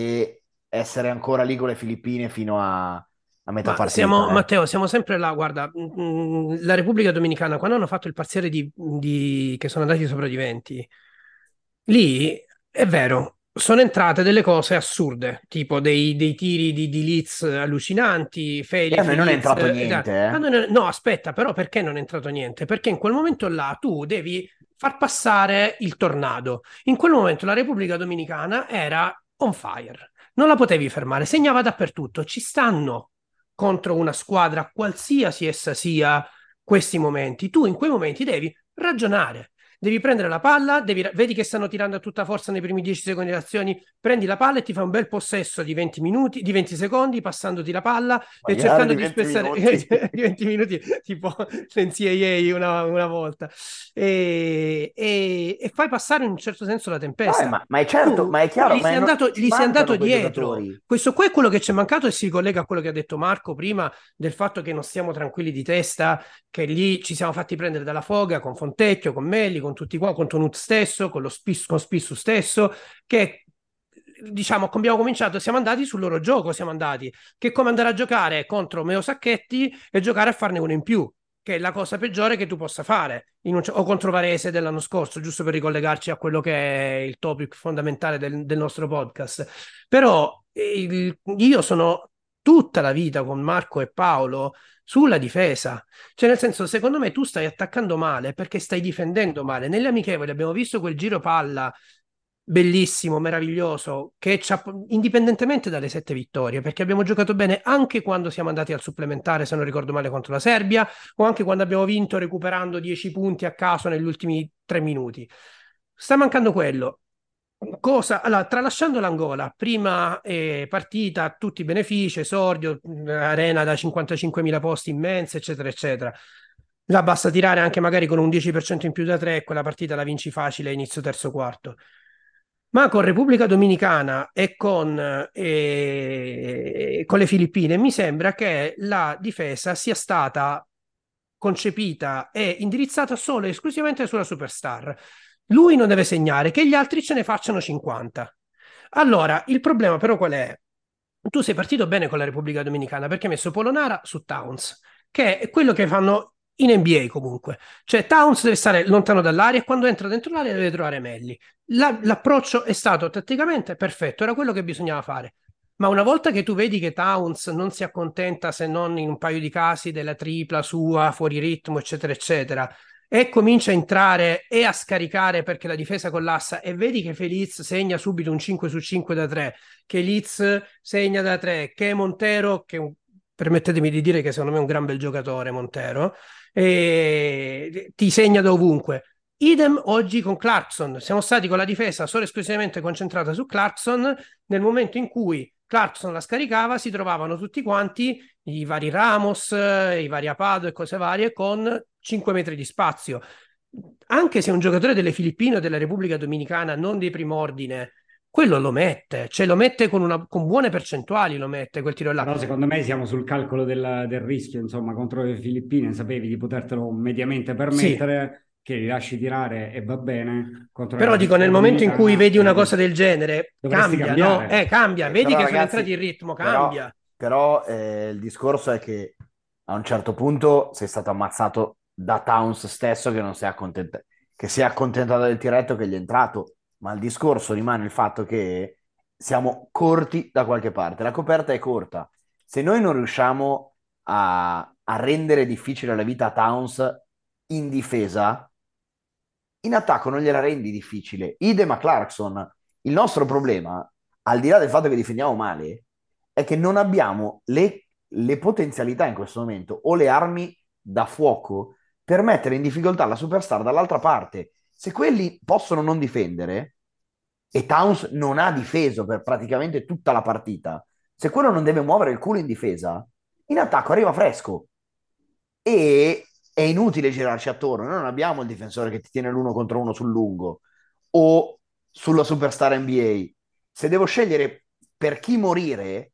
e essere ancora lì con le Filippine fino a, a metà Ma partita. siamo, eh. Matteo, siamo sempre là, guarda, mh, la Repubblica Dominicana, quando hanno fatto il parziale di, di- che sono andati sopra di venti, lì è vero, sono entrate delle cose assurde, tipo dei, dei tiri di, di Leeds allucinanti, E Feli, a noi non è Feliz, entrato eh, niente, eh. eh. Ah, no, no, no, aspetta, però perché non è entrato niente? Perché in quel momento là tu devi far passare il tornado. In quel momento la Repubblica Dominicana era on fire, non la potevi fermare, segnava dappertutto. Ci stanno contro una squadra, qualsiasi essa sia, questi momenti. Tu in quei momenti devi ragionare. Devi prendere la palla, devi, vedi che stanno tirando a tutta forza nei primi dieci secondi di azioni, prendi la palla e ti fai un bel possesso di venti minuti, di venti secondi, passandoti la palla e Magari cercando di di venti spezzare minuti. di venti minuti, tipo l'N C A A una, una volta, e, e, e fai passare in un certo senso la No, eh, tempesta. ma, ma è certo, Tu ma è chiaro, gli ma sei è no- andato, ci gli sei andato mancano quei dietro. giocatori. Questo qua è quello che ci è mancato, e si ricollega a quello che ha detto Marco prima, del fatto che non stiamo tranquilli di testa, che lì ci siamo fatti prendere dalla foga con Fontecchio, con Melli, con tutti qua, con Tonut stesso, con lo Spis, con Spissu stesso, che diciamo abbiamo cominciato, siamo andati sul loro gioco, siamo andati, che è come andare a giocare contro Meo Sacchetti e giocare a farne uno in più, che è la cosa peggiore che tu possa fare, in un, o contro Varese dell'anno scorso, giusto per ricollegarci a quello che è il topic fondamentale del, del nostro podcast. Però il, io sono tutta la vita con Marco e Paolo sulla difesa, cioè nel senso, secondo me tu stai attaccando male perché stai difendendo male. Nelle amichevoli abbiamo visto quel giro palla bellissimo, meraviglioso, che c'ha, indipendentemente dalle sette vittorie, perché abbiamo giocato bene anche quando siamo andati al supplementare, se non ricordo male, contro la Serbia, o anche quando abbiamo vinto recuperando dieci punti a caso negli ultimi tre minuti. Sta mancando quello. Cosa? Allora, tralasciando l'Angola, prima eh, partita, tutti i benefici, esordio, arena da cinquantacinquemila posti immensa, eccetera, eccetera. Là basta tirare anche magari con un dieci per cento in più da tre, e quella partita la vinci facile inizio terzo quarto. Ma con Repubblica Dominicana e con, eh, con le Filippine mi sembra che la difesa sia stata concepita e indirizzata solo e esclusivamente sulla superstar. Lui non deve segnare, che gli altri ce ne facciano cinquanta. Allora, il problema però qual è? Tu sei partito bene con la Repubblica Dominicana perché hai messo Polonara su Towns, che è quello che fanno in N B A comunque. Cioè Towns deve stare lontano dall'area e quando entra dentro l'area deve trovare Melli. La, l'approccio è stato tatticamente perfetto, era quello che bisognava fare. Ma una volta che tu vedi che Towns non si accontenta se non in un paio di casi della tripla sua, fuori ritmo, eccetera, eccetera, e comincia a entrare e a scaricare perché la difesa collassa e vedi che Feliz segna subito un cinque su cinque da tre, che Liz segna da tre, che Montero, che permettetemi di dire che secondo me è un gran bel giocatore Montero, e ti segna da ovunque. Idem oggi con Clarkson, siamo stati con la difesa solo esclusivamente concentrata su Clarkson, nel momento in cui Clarkson la scaricava si trovavano tutti quanti, i vari Ramos, i vari Apado e cose varie, con cinque metri di spazio. Anche se un giocatore delle Filippine o della Repubblica Dominicana non di prim'ordine, quello lo mette, cioè lo mette con, una, con buone percentuali, lo mette quel tiro là. Però secondo me siamo sul calcolo del, del rischio, insomma, contro le Filippine sapevi di potertelo mediamente permettere, sì, che li lasci tirare e va bene. Però dico, nel momento in cui vedi una cosa del genere, cambia, cambiare. no? Eh, cambia, Eh, vedi però, che ragazzi, sono entrati in ritmo, cambia. Però, però eh, il discorso è che a un certo punto sei stato ammazzato da Towns stesso che non si è accontentato, che si è accontentato del tiretto che gli è entrato, ma il discorso rimane il fatto che siamo corti da qualche parte, la coperta è corta. Se noi non riusciamo a, a rendere difficile la vita a Towns in difesa, in attacco non gliela rendi difficile. Idem a Clarkson. Il nostro problema, al di là del fatto che difendiamo male, è che non abbiamo le, le potenzialità in questo momento o le armi da fuoco per mettere in difficoltà la superstar dall'altra parte. Se quelli possono non difendere, e Towns non ha difeso per praticamente tutta la partita, se quello non deve muovere il culo in difesa, in attacco arriva fresco. E è inutile girarci attorno. Noi non abbiamo il difensore che ti tiene l'uno contro uno sul lungo o sulla superstar N B A. Se devo scegliere per chi morire,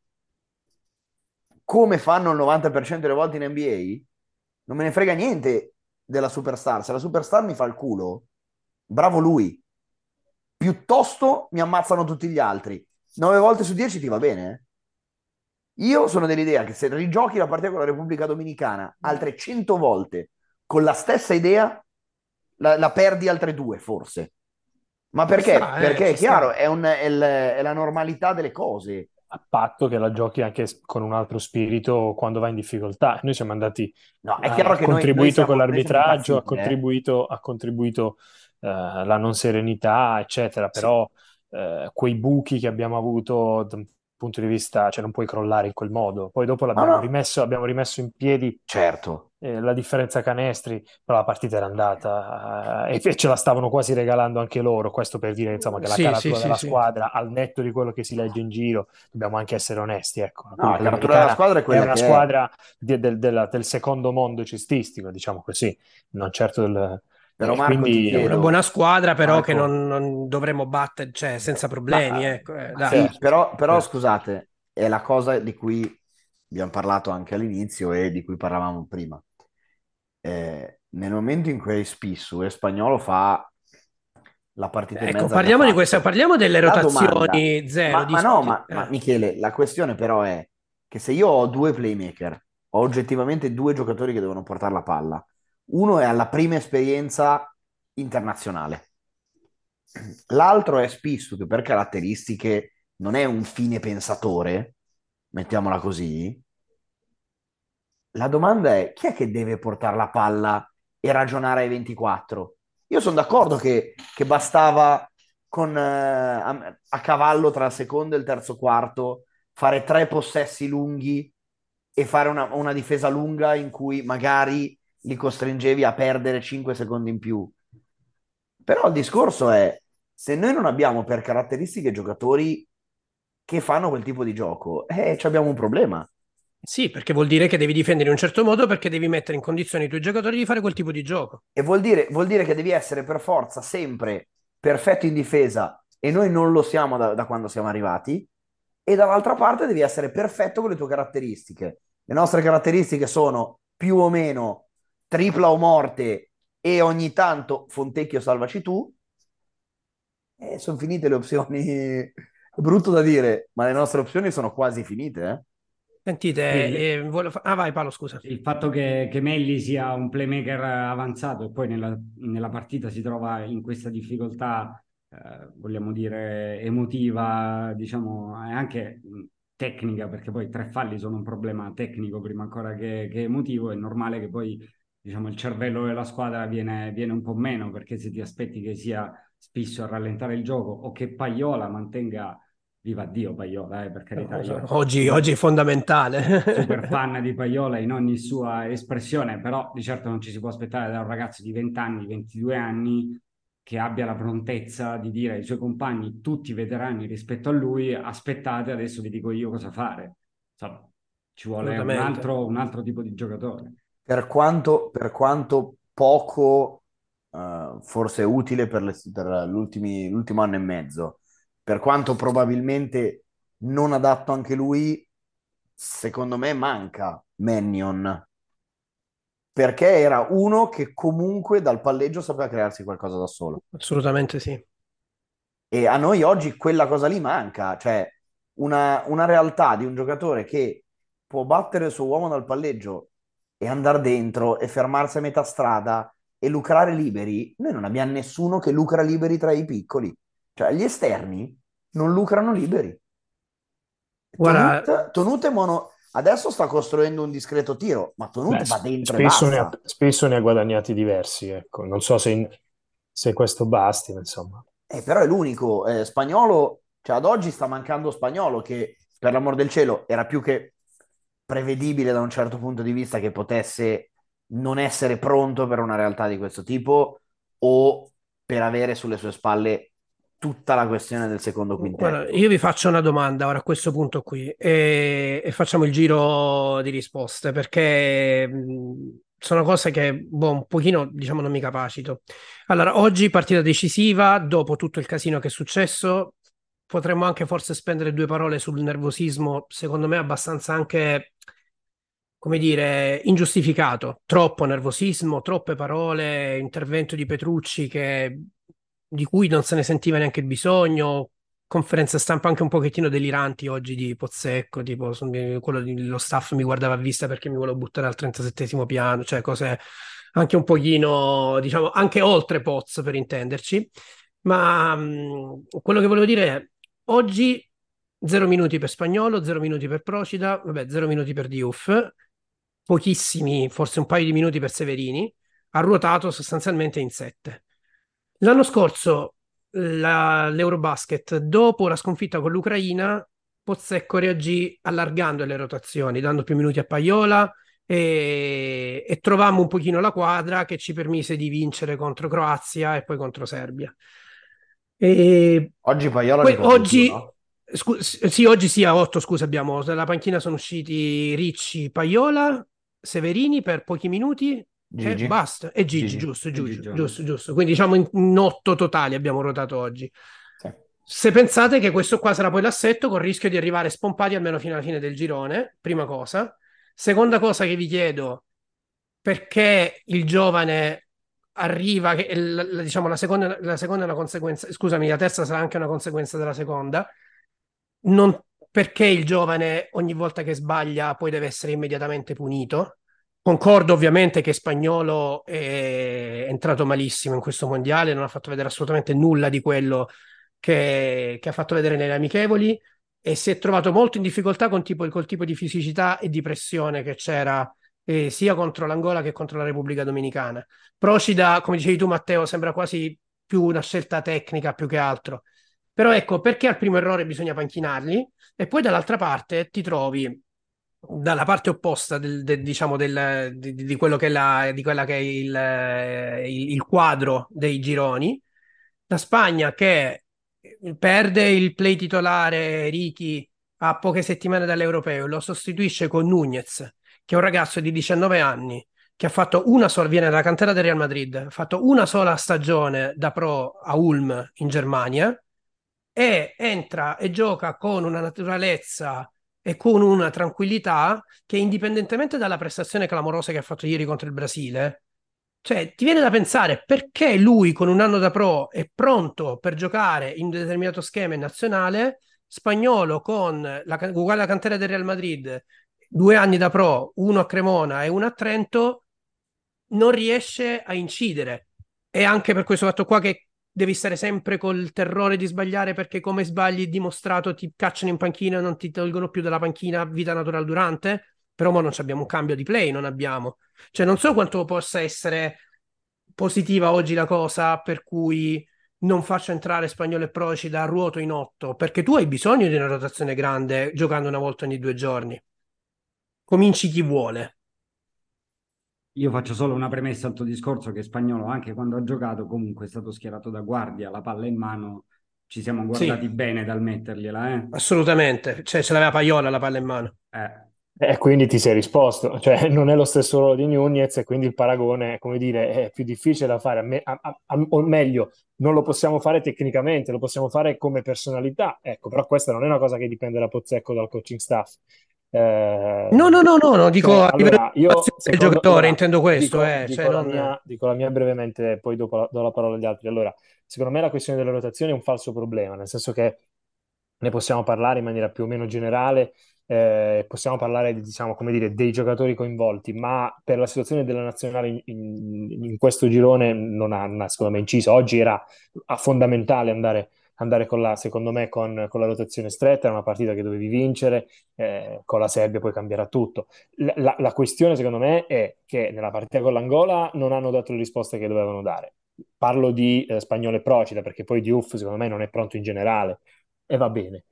come fanno il novanta per cento delle volte in N B A, non me ne frega niente della superstar. Se la superstar mi fa il culo, bravo lui. Piuttosto mi ammazzano tutti gli altri. Nove volte su dieci ti va bene, eh? Io sono dell'idea che se rigiochi la partita con la Repubblica Dominicana altre cento volte con la stessa idea, la, la perdi altre due, forse. Ma perché? Sta, eh, perché è ci chiaro, sta. è, un, è, il- è la normalità delle cose. A patto che la giochi anche s- con un altro spirito quando vai in difficoltà. Noi siamo andati, No, è ha chiaro che noi, noi contribuito siamo, con noi siamo l'arbitraggio, ha impazziti, eh. contribuito, ha contribuito eh, la non serenità, eccetera, Sì. però eh, quei buchi che abbiamo avuto da un punto di vista, cioè non puoi crollare in quel modo. Poi dopo l'abbiamo no. rimesso, abbiamo rimesso in piedi Certo. eh, la differenza canestri, però la partita era andata eh, e, e ce la stavano quasi regalando anche loro. Questo per dire insomma che la Sì, caratura sì, sì, della sì. squadra, al netto di quello che si legge in giro, dobbiamo anche essere onesti, ecco. La No, la Repubblica caratura della Dominicana squadra è è quella una che è. squadra di- del, della- del secondo mondo cestistico, diciamo così, non certo del... Però E Marco, ti quindi È una chiedo, buona squadra, però che Marco, non, non dovremmo battere, cioè, senza problemi, ma ecco, eh, ma dai. sì, certo, però, però certo. scusate, è la cosa di cui abbiamo parlato anche all'inizio e di cui parlavamo prima. Eh, nel momento in cui Spissu e Spagnolo fa la partita e Ecco, mezza che ha parliamo di questo, fatto, parliamo delle la domanda, rotazioni zero, ma, ma dici, no, ma, ma eh. Michele, la questione però è che se io ho due playmaker, ho oggettivamente due giocatori che devono portare la palla, uno è alla prima esperienza internazionale, l'altro è Spissu che per caratteristiche non è un fine pensatore, mettiamola così. La domanda è chi è che deve portare la palla e ragionare ai ventiquattro? Io sono d'accordo che, che bastava con, eh, a, a cavallo tra il secondo e il terzo quarto, fare tre possessi lunghi e fare una, una difesa lunga in cui magari li costringevi a perdere cinque secondi in più. Però il discorso è, se noi non abbiamo per caratteristiche giocatori che fanno quel tipo di gioco, eh, ci abbiamo un problema. Sì, perché vuol dire che devi difendere in un certo modo perché devi mettere in condizione i tuoi giocatori di fare quel tipo di gioco. E vuol dire, vuol dire che devi essere per forza sempre perfetto in difesa e noi non lo siamo da, da quando siamo arrivati, e dall'altra parte devi essere perfetto con le tue caratteristiche. Le nostre caratteristiche sono più o meno tripla o morte e ogni tanto Fontecchio salvaci tu, e sono finite le opzioni. È brutto da dire, ma le nostre opzioni sono quasi finite, eh? Sentite, Il, eh, volevo fa- ah vai Paolo, scusa. il fatto che, che Melli sia un playmaker avanzato e poi nella, nella partita si trova in questa difficoltà, eh, vogliamo dire, emotiva, diciamo, e anche mh, tecnica, perché poi tre falli sono un problema tecnico prima ancora che, che emotivo, è normale che poi, diciamo, il cervello della squadra viene, viene un po' meno, perché se ti aspetti che sia spisso a rallentare il gioco o che Paiola mantenga. Viva Dio Paiola, eh, per carità, io Oggi, super, oggi è fondamentale. super fan di Paiola in ogni sua espressione, però di certo non ci si può aspettare da un ragazzo di venti anni, ventidue anni, che abbia la prontezza di dire ai suoi compagni, tutti veterani rispetto a lui, aspettate, adesso vi dico io cosa fare. Insomma, ci vuole un altro, un altro tipo di giocatore. Per quanto, per quanto poco, uh, forse utile per, le, per l'ultimo anno e mezzo, per quanto probabilmente non adatto anche lui, secondo me manca Mannion, perché era uno che comunque dal palleggio sapeva crearsi qualcosa da solo. Assolutamente sì. E a noi oggi quella cosa lì manca, cioè una, una realtà di un giocatore che può battere il suo uomo dal palleggio e andare dentro e fermarsi a metà strada e lucrare liberi. Noi non abbiamo nessuno che lucra liberi tra i piccoli, cioè gli esterni non lucrano liberi. Guarda, Tonut, Tonut è mono, adesso sta costruendo un discreto tiro, ma Tonut Beh, va dentro e spesso ne, basta. ha, spesso ne ha guadagnati diversi, ecco. Non so se, in- se questo basti, ma insomma. Eh, però è l'unico. Eh, Spagnolo, cioè ad oggi sta mancando Spagnolo, che per l'amor del cielo era più che prevedibile da un certo punto di vista che potesse non essere pronto per una realtà di questo tipo, o per avere sulle sue spalle tutta la questione del secondo guarda, quintetto. io vi faccio una domanda ora a questo punto qui e, e facciamo il giro di risposte perché mh, sono cose che boh, un pochino diciamo non mi capacito. Allora, oggi partita decisiva, dopo tutto il casino che è successo, potremmo anche forse spendere due parole sul nervosismo, secondo me abbastanza anche, come dire, ingiustificato. Troppo nervosismo, troppe parole, intervento di Petrucci che, di cui non se ne sentiva neanche il bisogno, conferenze stampa anche un pochettino deliranti oggi di Pozzecco, tipo quello dello staff mi guardava a vista perché mi volevo buttare al trentasettesimo piano, cioè cose anche un pochino, diciamo, anche oltre Poz per intenderci. Ma mh, quello che volevo dire è, oggi zero minuti per Spagnolo, zero minuti per Procida, vabbè, zero minuti per Diouf, pochissimi, forse un paio di minuti per Severini, ha ruotato sostanzialmente in sette. L'anno scorso la, l'Eurobasket, dopo la sconfitta con l'Ucraina, Pozzecco reagì allargando le rotazioni, dando più minuti a Paiola e, e trovammo un pochino la quadra che ci permise di vincere contro Croazia e poi contro Serbia. E oggi Paiola poi, giocava oggi, di più, no? scu- sì, oggi sì, a otto, scusa, abbiamo, dalla panchina sono usciti Ricci, Paiola, Severini per pochi minuti e Gigi. basta. E Gigi, Gigi. giusto, E giusto, Gigi giusto, giusto. Quindi diciamo in, in otto totali abbiamo ruotato oggi. Sì. Se pensate che questo qua sarà poi l'assetto con il rischio di arrivare spompati almeno fino alla fine del girone, prima cosa. Seconda cosa che vi chiedo, perché il giovane arriva, che la, la- diciamo la seconda, la seconda è una conseguenza, scusami, la terza sarà anche una conseguenza della seconda, non, perché il giovane ogni volta che sbaglia poi deve essere immediatamente punito. Concordo ovviamente che Spagnolo è entrato malissimo in questo mondiale, non ha fatto vedere assolutamente nulla di quello che, che ha fatto vedere nelle amichevoli e si è trovato molto in difficoltà con tipo, col tipo di fisicità e di pressione che c'era eh, sia contro l'Angola che contro la Repubblica Dominicana. Procida, come dicevi tu Matteo, sembra quasi più una scelta tecnica più che altro. Però ecco, perché al primo errore bisogna panchinarli e poi dall'altra parte ti trovi dalla parte opposta del, del- diciamo del, di, di quello che è la, di quella che è il, eh, il- il quadro dei gironi, la Spagna che perde il play titolare Ricky a poche settimane dall'Europeo, lo sostituisce con Núñez, che è un ragazzo di diciannove anni che ha fatto una sola, viene dalla cantera del Real Madrid, ha fatto una sola stagione da pro a Ulm in Germania e entra e gioca con una naturalezza e con una tranquillità che indipendentemente dalla prestazione clamorosa che ha fatto ieri contro il Brasile, cioè ti viene da pensare perché lui con un anno da pro è pronto per giocare in un determinato schema in nazionale, Spagnolo con la, uguale alla cantera del Real Madrid, due anni da pro, uno a Cremona e uno a Trento, non riesce a incidere. E anche per questo fatto qua che devi stare sempre col terrore di sbagliare perché come sbagli dimostrato ti cacciano in panchina e non ti tolgono più dalla panchina vita natural durante, però mo non abbiamo un cambio di play, non abbiamo. Cioè non so quanto possa essere positiva oggi la cosa per cui non faccio entrare Spagnolo e Procida a ruoto in otto, perché tu hai bisogno di una rotazione grande giocando una volta ogni due giorni. Cominci chi vuole. Io faccio solo una premessa al tuo discorso che Spagnolo, anche quando ha giocato, comunque è stato schierato da guardia, la palla in mano, ci siamo Sì, guardati bene dal mettergliela, eh? assolutamente. Cioè ce l'aveva Paiola la palla in mano. Eh, E quindi ti sei risposto, cioè non è lo stesso ruolo di Nunez e quindi il paragone, come dire, è più difficile da fare, a me- a- a- a- o meglio, non lo possiamo fare tecnicamente, lo possiamo fare come personalità, ecco, però questa non è una cosa che dipende da Pozzecco o dal coaching staff. No, Eh, no, no, no, no, dico cioè, a livello allora, di io formazione del secondo, giocatore, allora, intendo questo, dico, eh. Cioè dico la non... mia, dico la mia brevemente, poi dopo la- do la parola agli altri. Allora, secondo me la questione delle rotazioni è un falso problema, nel senso che ne possiamo parlare in maniera più o meno generale, eh, possiamo parlare, diciamo, come dire, dei giocatori coinvolti, ma per la situazione della nazionale in, in- in questo girone non ha, non ha, secondo me, inciso. Oggi era ah, fondamentale andare, andare con la, secondo me, con, con la rotazione stretta, era una partita che dovevi vincere, eh, con la Serbia poi cambierà tutto. La, la- la questione, secondo me, è che nella partita con l'Angola non hanno dato le risposte che dovevano dare. Parlo di eh, Spagnolo e Procida, perché poi Diouf, secondo me, non è pronto in generale e va bene.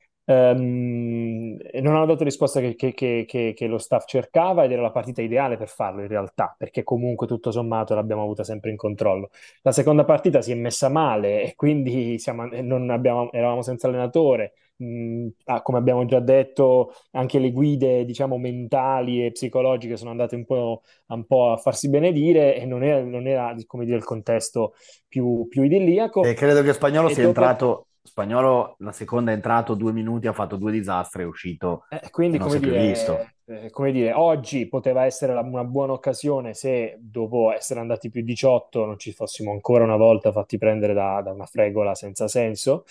Ehm, e non hanno dato risposta che, che- che- che- che lo staff cercava ed era la partita ideale per farlo in realtà, perché comunque tutto sommato l'abbiamo avuta sempre in controllo. La seconda partita si è messa male e quindi siamo- eh, non abbiamo- eravamo senza allenatore. Mm, ah, come abbiamo già detto, anche le guide, diciamo, mentali e psicologiche sono andate un po', un po' a farsi benedire e non era, non era, come dire, il contesto più, più E idilliaco. credo che Spagnolo E sia dopo, entrato, Spagnolo la seconda è entrato due minuti, ha fatto due disastri, è uscito Eh, e quindi, non come si è più visto. dire, eh, come dire, oggi poteva essere la- una buona occasione se dopo essere andati più diciotto non ci fossimo ancora una volta fatti prendere da, da una fregola senza senso.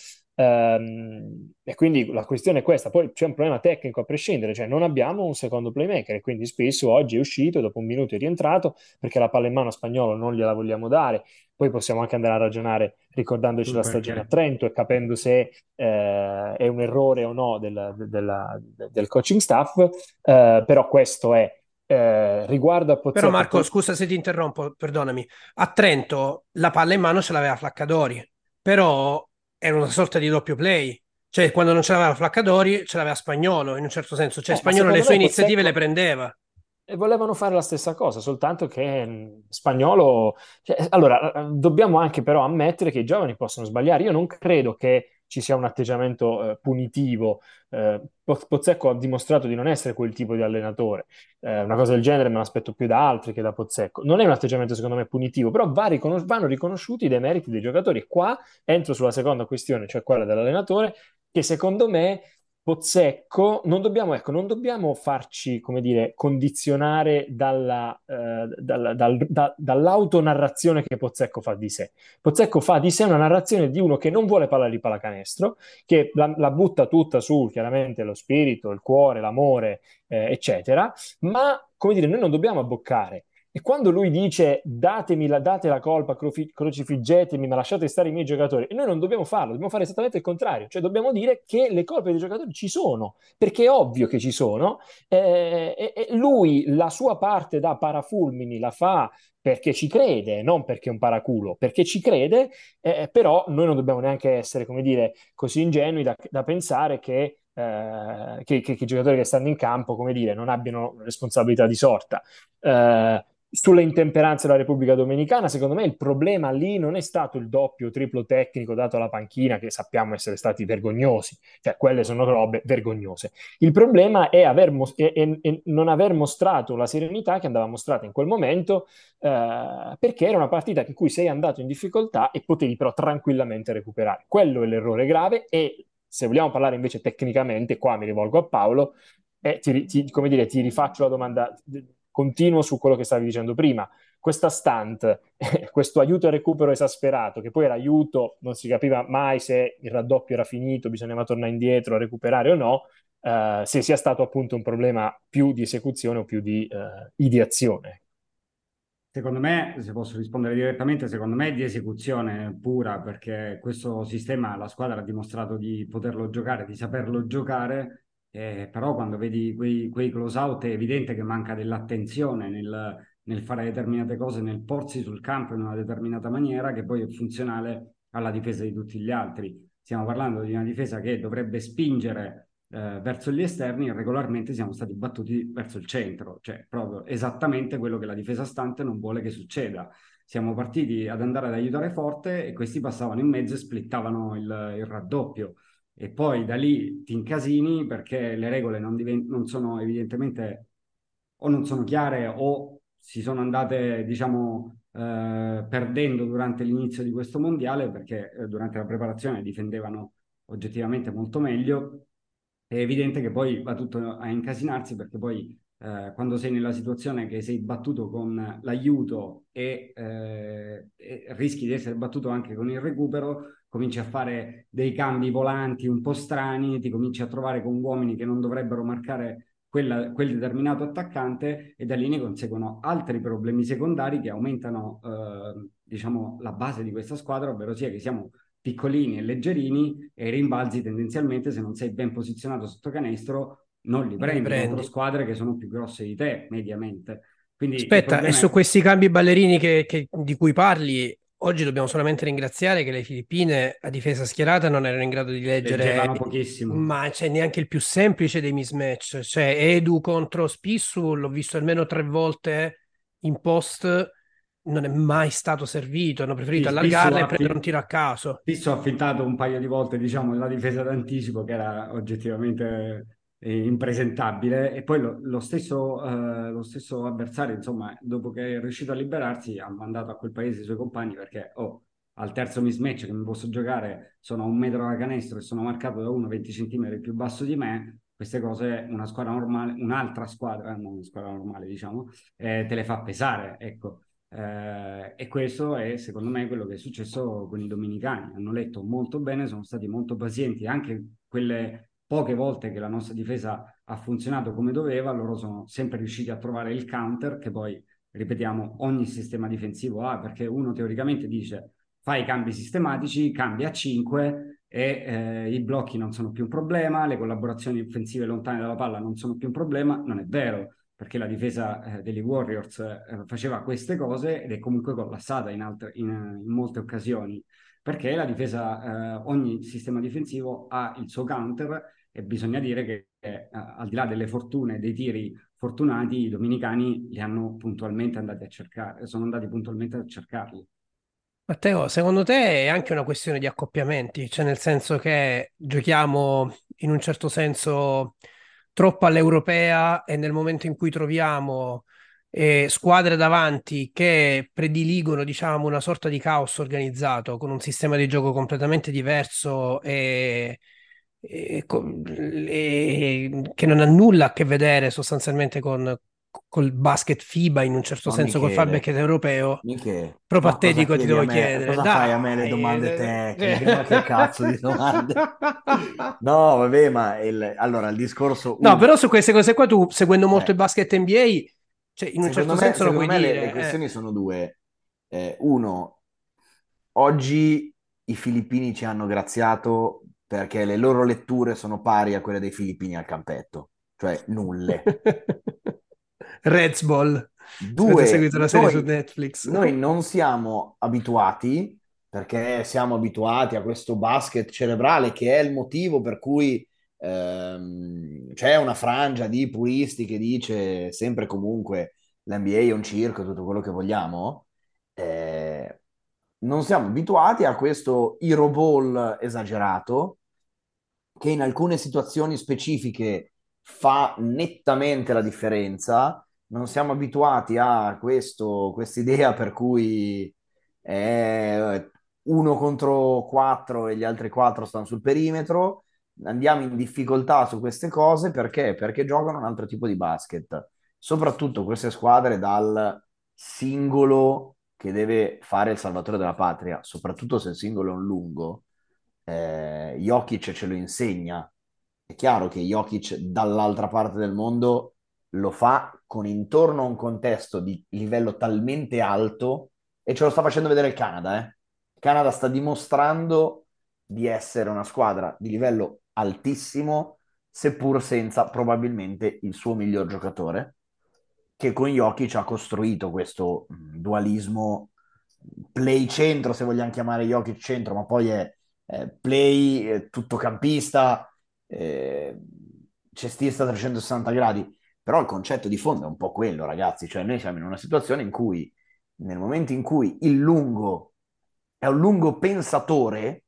Ehm, e quindi la questione è questa. Poi c'è un problema tecnico a prescindere, cioè non abbiamo un secondo playmaker e quindi spesso oggi è uscito, dopo un minuto è rientrato perché la palla in mano a Spagnolo non gliela vogliamo dare. Poi possiamo anche andare a ragionare ricordandoci sul la stagione a perché. Trento e capendo se eh, è un errore o no del, della- del coaching staff, eh, però questo è eh, riguardo a Però Pozzecco. Marco, Poi, scusa se ti interrompo, perdonami. A Trento la palla in mano ce l'aveva Flaccadori, però era una sorta di doppio play. Cioè, quando non ce l'aveva Flaccadori, ce l'aveva Spagnolo, in un certo senso. Cioè, eh, ma Spagnolo le secondo sue me iniziative le Pozzecco prendeva. e volevano fare la stessa cosa, soltanto che mh, Spagnolo... cioè, allora, eh, dobbiamo anche però ammettere che i giovani possono sbagliare. Io non credo che ci sia un atteggiamento eh, punitivo. Eh, Po- Pozzecco ha dimostrato di non essere quel tipo di allenatore. Eh, una cosa del genere me l'aspetto più da altri che da Pozzecco. Non è un atteggiamento, secondo me, punitivo, però va riconos- vanno riconosciuti i demeriti dei giocatori. E qua entro sulla seconda questione, cioè quella dell'allenatore, che secondo me Pozzecco, non dobbiamo, ecco, non dobbiamo farci, come dire, condizionare dalla, eh, dalla- dal- da- dall'autonarrazione che Pozzecco fa di sé. Pozzecco fa di sé una narrazione di uno che non vuole parlare di pallacanestro, che la, la butta tutta su, chiaramente, lo spirito, il cuore, l'amore, eh, eccetera, ma, come dire, noi non dobbiamo abboccare. E quando lui dice datemi la, date la colpa, crofi- crocifiggetemi, ma lasciate stare i miei giocatori, e noi non dobbiamo farlo, dobbiamo fare esattamente il contrario, cioè dobbiamo dire che le colpe dei giocatori ci sono, perché è ovvio che ci sono, eh, e, e lui la sua parte da parafulmini la fa perché ci crede, non perché è un paraculo, perché ci crede, eh, però noi non dobbiamo neanche essere, come dire, così ingenui da, da pensare che, eh, che, che, che i giocatori che stanno in campo, come dire, non abbiano responsabilità di sorta. Eh, sulle intemperanze della Repubblica Dominicana, secondo me il problema lì non è stato il doppio o triplo tecnico dato alla panchina, che sappiamo essere stati vergognosi, cioè quelle sono robe vergognose. Il problema è, aver mos- è, è, è non aver mostrato la serenità che andava mostrata in quel momento, eh, perché era una partita in cui sei andato in difficoltà e potevi però tranquillamente recuperare. Quello è l'errore grave, e se vogliamo parlare invece tecnicamente, qua mi rivolgo a Paolo, e ti, ti, come dire, ti rifaccio la domanda, continuo su quello che stavi dicendo prima. Questa stunt, questo aiuto al recupero esasperato, che poi era aiuto, non si capiva mai se il raddoppio era finito, bisognava tornare indietro a recuperare o no, eh, se sia stato appunto un problema più di esecuzione o più di eh, ideazione. Secondo me, se posso rispondere direttamente, secondo me è di esecuzione pura, perché questo sistema la squadra ha dimostrato di poterlo giocare, di saperlo giocare, eh, però quando vedi quei, quei close out è evidente che manca dell'attenzione nel, nel fare determinate cose, nel porsi sul campo in una determinata maniera che poi è funzionale alla difesa di tutti gli altri. Stiamo parlando di una difesa che dovrebbe spingere eh, verso gli esterni, e regolarmente siamo stati battuti verso il centro, cioè proprio esattamente quello che la difesa stante non vuole che succeda. Siamo partiti ad andare ad aiutare forte e questi passavano in mezzo e splittavano il, il raddoppio, e poi da lì ti incasini perché le regole non, divent- non sono evidentemente o non sono chiare o si sono andate, diciamo, eh, perdendo durante l'inizio di questo mondiale, perché eh, durante la preparazione difendevano oggettivamente molto meglio. È evidente che poi va tutto a incasinarsi, perché poi eh, quando sei nella situazione che sei battuto con l'aiuto e, eh, e rischi di essere battuto anche con il recupero, cominci a fare dei cambi volanti un po' strani, ti cominci a trovare con uomini che non dovrebbero marcare quella, quel determinato attaccante, e da lì ne conseguono altri problemi secondari che aumentano eh, diciamo, la base di questa squadra, ovvero sia che siamo piccolini e leggerini, e i rimbalzi tendenzialmente, se non sei ben posizionato sotto canestro, non li prendi, prendi. contro squadre che sono più grosse di te mediamente. Quindi Aspetta, e su è... questi cambi ballerini che, che, di cui parli, oggi dobbiamo solamente ringraziare che le Filippine a difesa schierata non erano in grado di leggere, leggevano pochissimo, ma c'è neanche il più semplice dei mismatch. Cioè Edu contro Spissu l'ho visto almeno tre volte in post, non è mai stato servito, hanno preferito sì, allargarla e affi... prendere un tiro a caso. Spisso ha fintato un paio di volte, diciamo, la difesa d'anticipo, che era oggettivamente eh, impresentabile, e poi lo, lo, stesso, eh, lo stesso avversario, insomma, dopo che è riuscito a liberarsi, ha mandato a quel paese i suoi compagni, perché oh, al terzo mismatch che mi posso giocare sono a un metro da canestro e sono marcato da uno venti centimetri più basso di me. Queste cose una squadra normale, un'altra squadra, non una squadra normale, diciamo, eh, te le fa pesare, ecco. Eh, e questo è secondo me quello che è successo con i dominicani. Hanno letto molto bene, sono stati molto pazienti, anche quelle poche volte che la nostra difesa ha funzionato come doveva, loro sono sempre riusciti a trovare il counter, che poi, ripetiamo, ogni sistema difensivo ha, perché uno teoricamente dice fai i cambi sistematici, cambi a cinque e eh, i blocchi non sono più un problema, le collaborazioni offensive lontane dalla palla non sono più un problema. Non è vero, perché la difesa eh, degli Warriors eh, faceva queste cose ed è comunque collassata in, altre, in, in molte occasioni, perché la difesa, eh, ogni sistema difensivo ha il suo counter, e bisogna dire che eh, al di là delle fortune, dei tiri fortunati, i dominicani li hanno puntualmente andati a cercare, sono andati puntualmente a cercarli. Matteo, secondo te è anche una questione di accoppiamenti? Cioè nel senso che giochiamo in un certo senso troppo all'europea, e nel momento in cui troviamo eh, squadre davanti che prediligono, diciamo, una sorta di caos organizzato con un sistema di gioco completamente diverso e, e, e che non ha nulla a che vedere sostanzialmente con col basket FIBA, in un certo No, senso, col far Michele, basket europeo. Michele, Proprio ma a te cosa dico, ti chiedi a devo me? chiedere. Cosa Dai, fai a me le domande eh, tecniche? Ma che cazzo di domande? No, vabbè, ma il, allora il discorso... No, uno- però su queste cose qua tu, seguendo molto eh, il basket N B A, Cioè, in un Secondo certo me, senso lo secondo puoi me le, le dire. questioni eh. sono due. Eh, uno, oggi i filippini ci hanno graziato perché le loro letture sono pari a quelle dei filippini al campetto, cioè nulle. Reds Ball, se avete Due, seguito la serie su noi, Netflix. noi non siamo abituati, perché siamo abituati a questo basket cerebrale che è il motivo per cui ehm, c'è una frangia di puristi che dice sempre e comunque l'N B A è un circo, tutto quello che vogliamo. Eh, non siamo abituati a questo hero ball esagerato che in alcune situazioni specifiche fa nettamente la differenza. Non siamo abituati a questo, quest'idea per cui è uno contro quattro e gli altri quattro stanno sul perimetro. Andiamo in difficoltà su queste cose perché? Perché giocano un altro tipo di basket. Soprattutto queste squadre dal singolo che deve fare il salvatore della patria, soprattutto se il singolo è un lungo. Eh, Jokic ce lo insegna. È chiaro che Jokic dall'altra parte del mondo lo fa con intorno a un contesto di livello talmente alto e ce lo sta facendo vedere il Canada. Eh. Il Canada sta dimostrando di essere una squadra di livello altissimo, seppur senza probabilmente il suo miglior giocatore, che con Jokic ha costruito questo mh, dualismo play centro, se vogliamo chiamare Jokic centro, ma poi è eh, play eh, tuttocampista, eh, cestista a trecentosessanta gradi. Però il concetto di fondo è un po' quello, ragazzi. Cioè, noi siamo in una situazione in cui, nel momento in cui il lungo è un lungo pensatore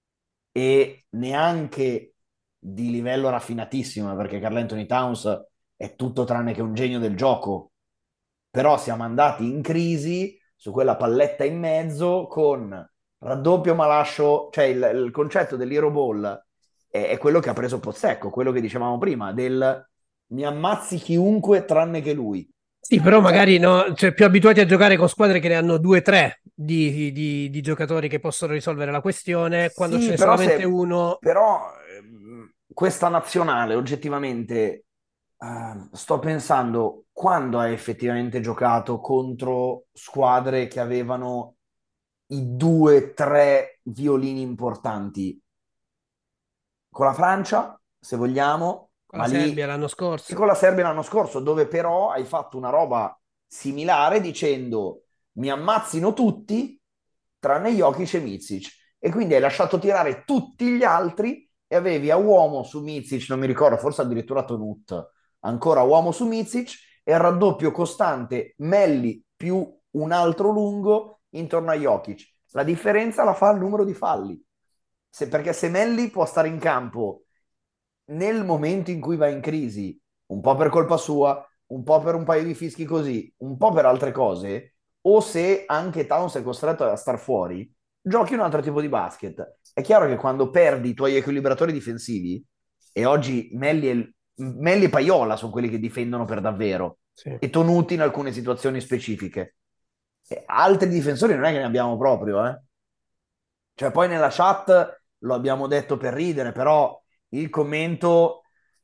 e neanche di livello raffinatissimo, perché Karl Anthony Towns è tutto tranne che un genio del gioco, però siamo andati in crisi su quella palletta in mezzo con raddoppio ma lascio, cioè il, il concetto dell'hero ball è, è quello che ha preso Pozzecco, quello che dicevamo prima, del mi ammazzi chiunque tranne che lui. Sì, però Cioè, magari no, cioè più abituati a giocare con squadre che ne hanno due o tre di, di- di giocatori che possono risolvere la questione, quando ce sì, n'è però, solamente se, uno. però ehm, questa nazionale oggettivamente eh, sto pensando quando ha effettivamente giocato contro squadre che avevano i due, tre violini importanti. Con la Francia, se vogliamo, Con ma la Serbia lì l'anno e scorso. con la Serbia l'anno scorso, dove però hai fatto una roba similare dicendo mi ammazzino tutti tranne Jokic e Mizic. E quindi hai lasciato tirare tutti gli altri e avevi a uomo su Mizic, non mi ricordo, forse addirittura Tonut, ancora uomo su Mizic e il raddoppio costante Melli più un altro lungo intorno a Jokic. La differenza la fa il numero di falli. Se, perché se Melli può stare in campo nel momento in cui va in crisi, un po' per colpa sua, un po' per un paio di fischi così, un po' per altre cose, o se anche Towns è costretto a star fuori, giochi un altro tipo di basket. È chiaro che quando perdi i tuoi equilibratori difensivi, e oggi Melli e, Melli e Paiola sono quelli che difendono per davvero, Sì. e Tonuti in alcune situazioni specifiche. E altri difensori non è che ne abbiamo proprio, eh. Cioè poi nella chat lo abbiamo detto per ridere, però il commento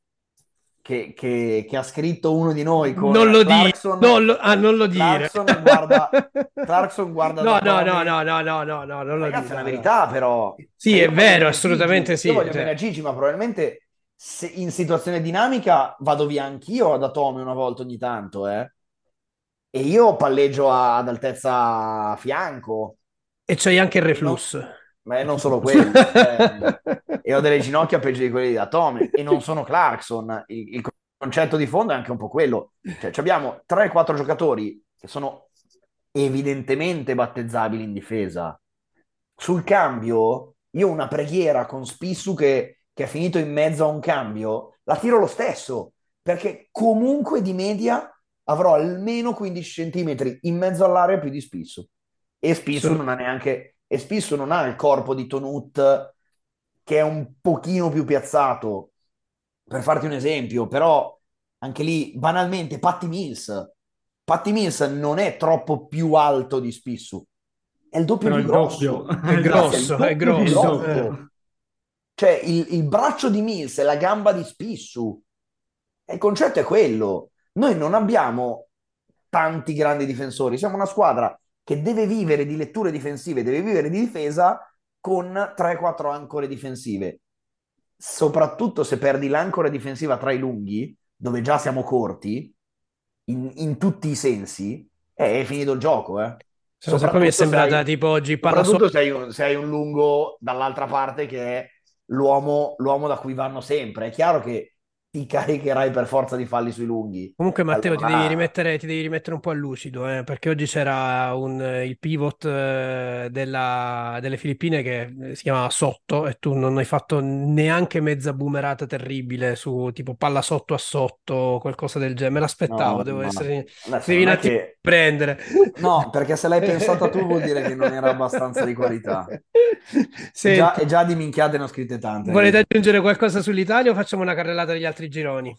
che, che- che ha scritto uno di noi Non con lo dire, Clarkson, non lo, ah, non lo dire. Clarkson guarda, Clarkson guarda No, da no, no, Tome. no, no, no, no, no, non lo Ragazzi, è dire. una No, no. verità però. Sì, Cioè è io voglio vero, bene a assolutamente Gigi, io sì. voglio bene Cioè, a Gigi, ma probabilmente se in situazione dinamica vado via anch'io da Tome una volta ogni tanto, eh. E io palleggio a- ad altezza a fianco. e c'hai anche il E non, reflusso. ma non solo quello, cioè, e ho delle ginocchia peggio di quelle di Atome e non sono Clarkson. Il, il concetto di fondo è anche un po' quello. Cioè, ci abbiamo tre quattro giocatori che sono evidentemente battezzabili in difesa. Sul cambio, io una preghiera con Spissu che, che è finito in mezzo a un cambio, la tiro lo stesso, perché comunque di media avrò almeno quindici centimetri in mezzo all'area più di Spissu. E Spissu non ha neanche e spesso non ha il corpo di Tonut che è un pochino più piazzato. Per farti un esempio, però anche lì banalmente Patty Mills. Patty Mills non è troppo più alto di Spissu, è il doppio Però più il doppio, grosso. È Ragazzi, è il grosso, è doppio più è il grosso. grosso. eh. doppio. Cioè il, il braccio di Mills è la gamba di Spissu. E il concetto è quello. Noi non abbiamo tanti grandi difensori, siamo una squadra che deve vivere di letture difensive, deve vivere di difesa con tre quattro ancore difensive. Soprattutto se perdi l'ancora difensiva tra i lunghi, dove già siamo corti, in, in tutti i sensi, eh, è finito il gioco, eh. So, se poi mi è sembrata hai, tipo oggi soprattutto se hai, un, se hai un lungo dall'altra parte che è l'uomo, l'uomo da cui vanno sempre. È chiaro che ti caricherai per forza di falli sui lunghi. Comunque Matteo ti devi Allora, rimettere, ti devi rimettere un po' a lucido, eh, perché oggi c'era un, il pivot eh, della- delle Filippine che eh, si chiamava Sotto e tu non hai fatto neanche mezza boomerata terribile su tipo palla sotto a sotto, qualcosa del genere. Me l'aspettavo, no, devo no, essere... adesso Devi non un è attimo che... prendere. No, perché se l'hai pensata tu vuol dire che non era abbastanza di qualità. E già, Senti, e già di minchiate ne ho scritte tante volete negli... aggiungere qualcosa sull'Italia o facciamo una carrellata degli altri gironi?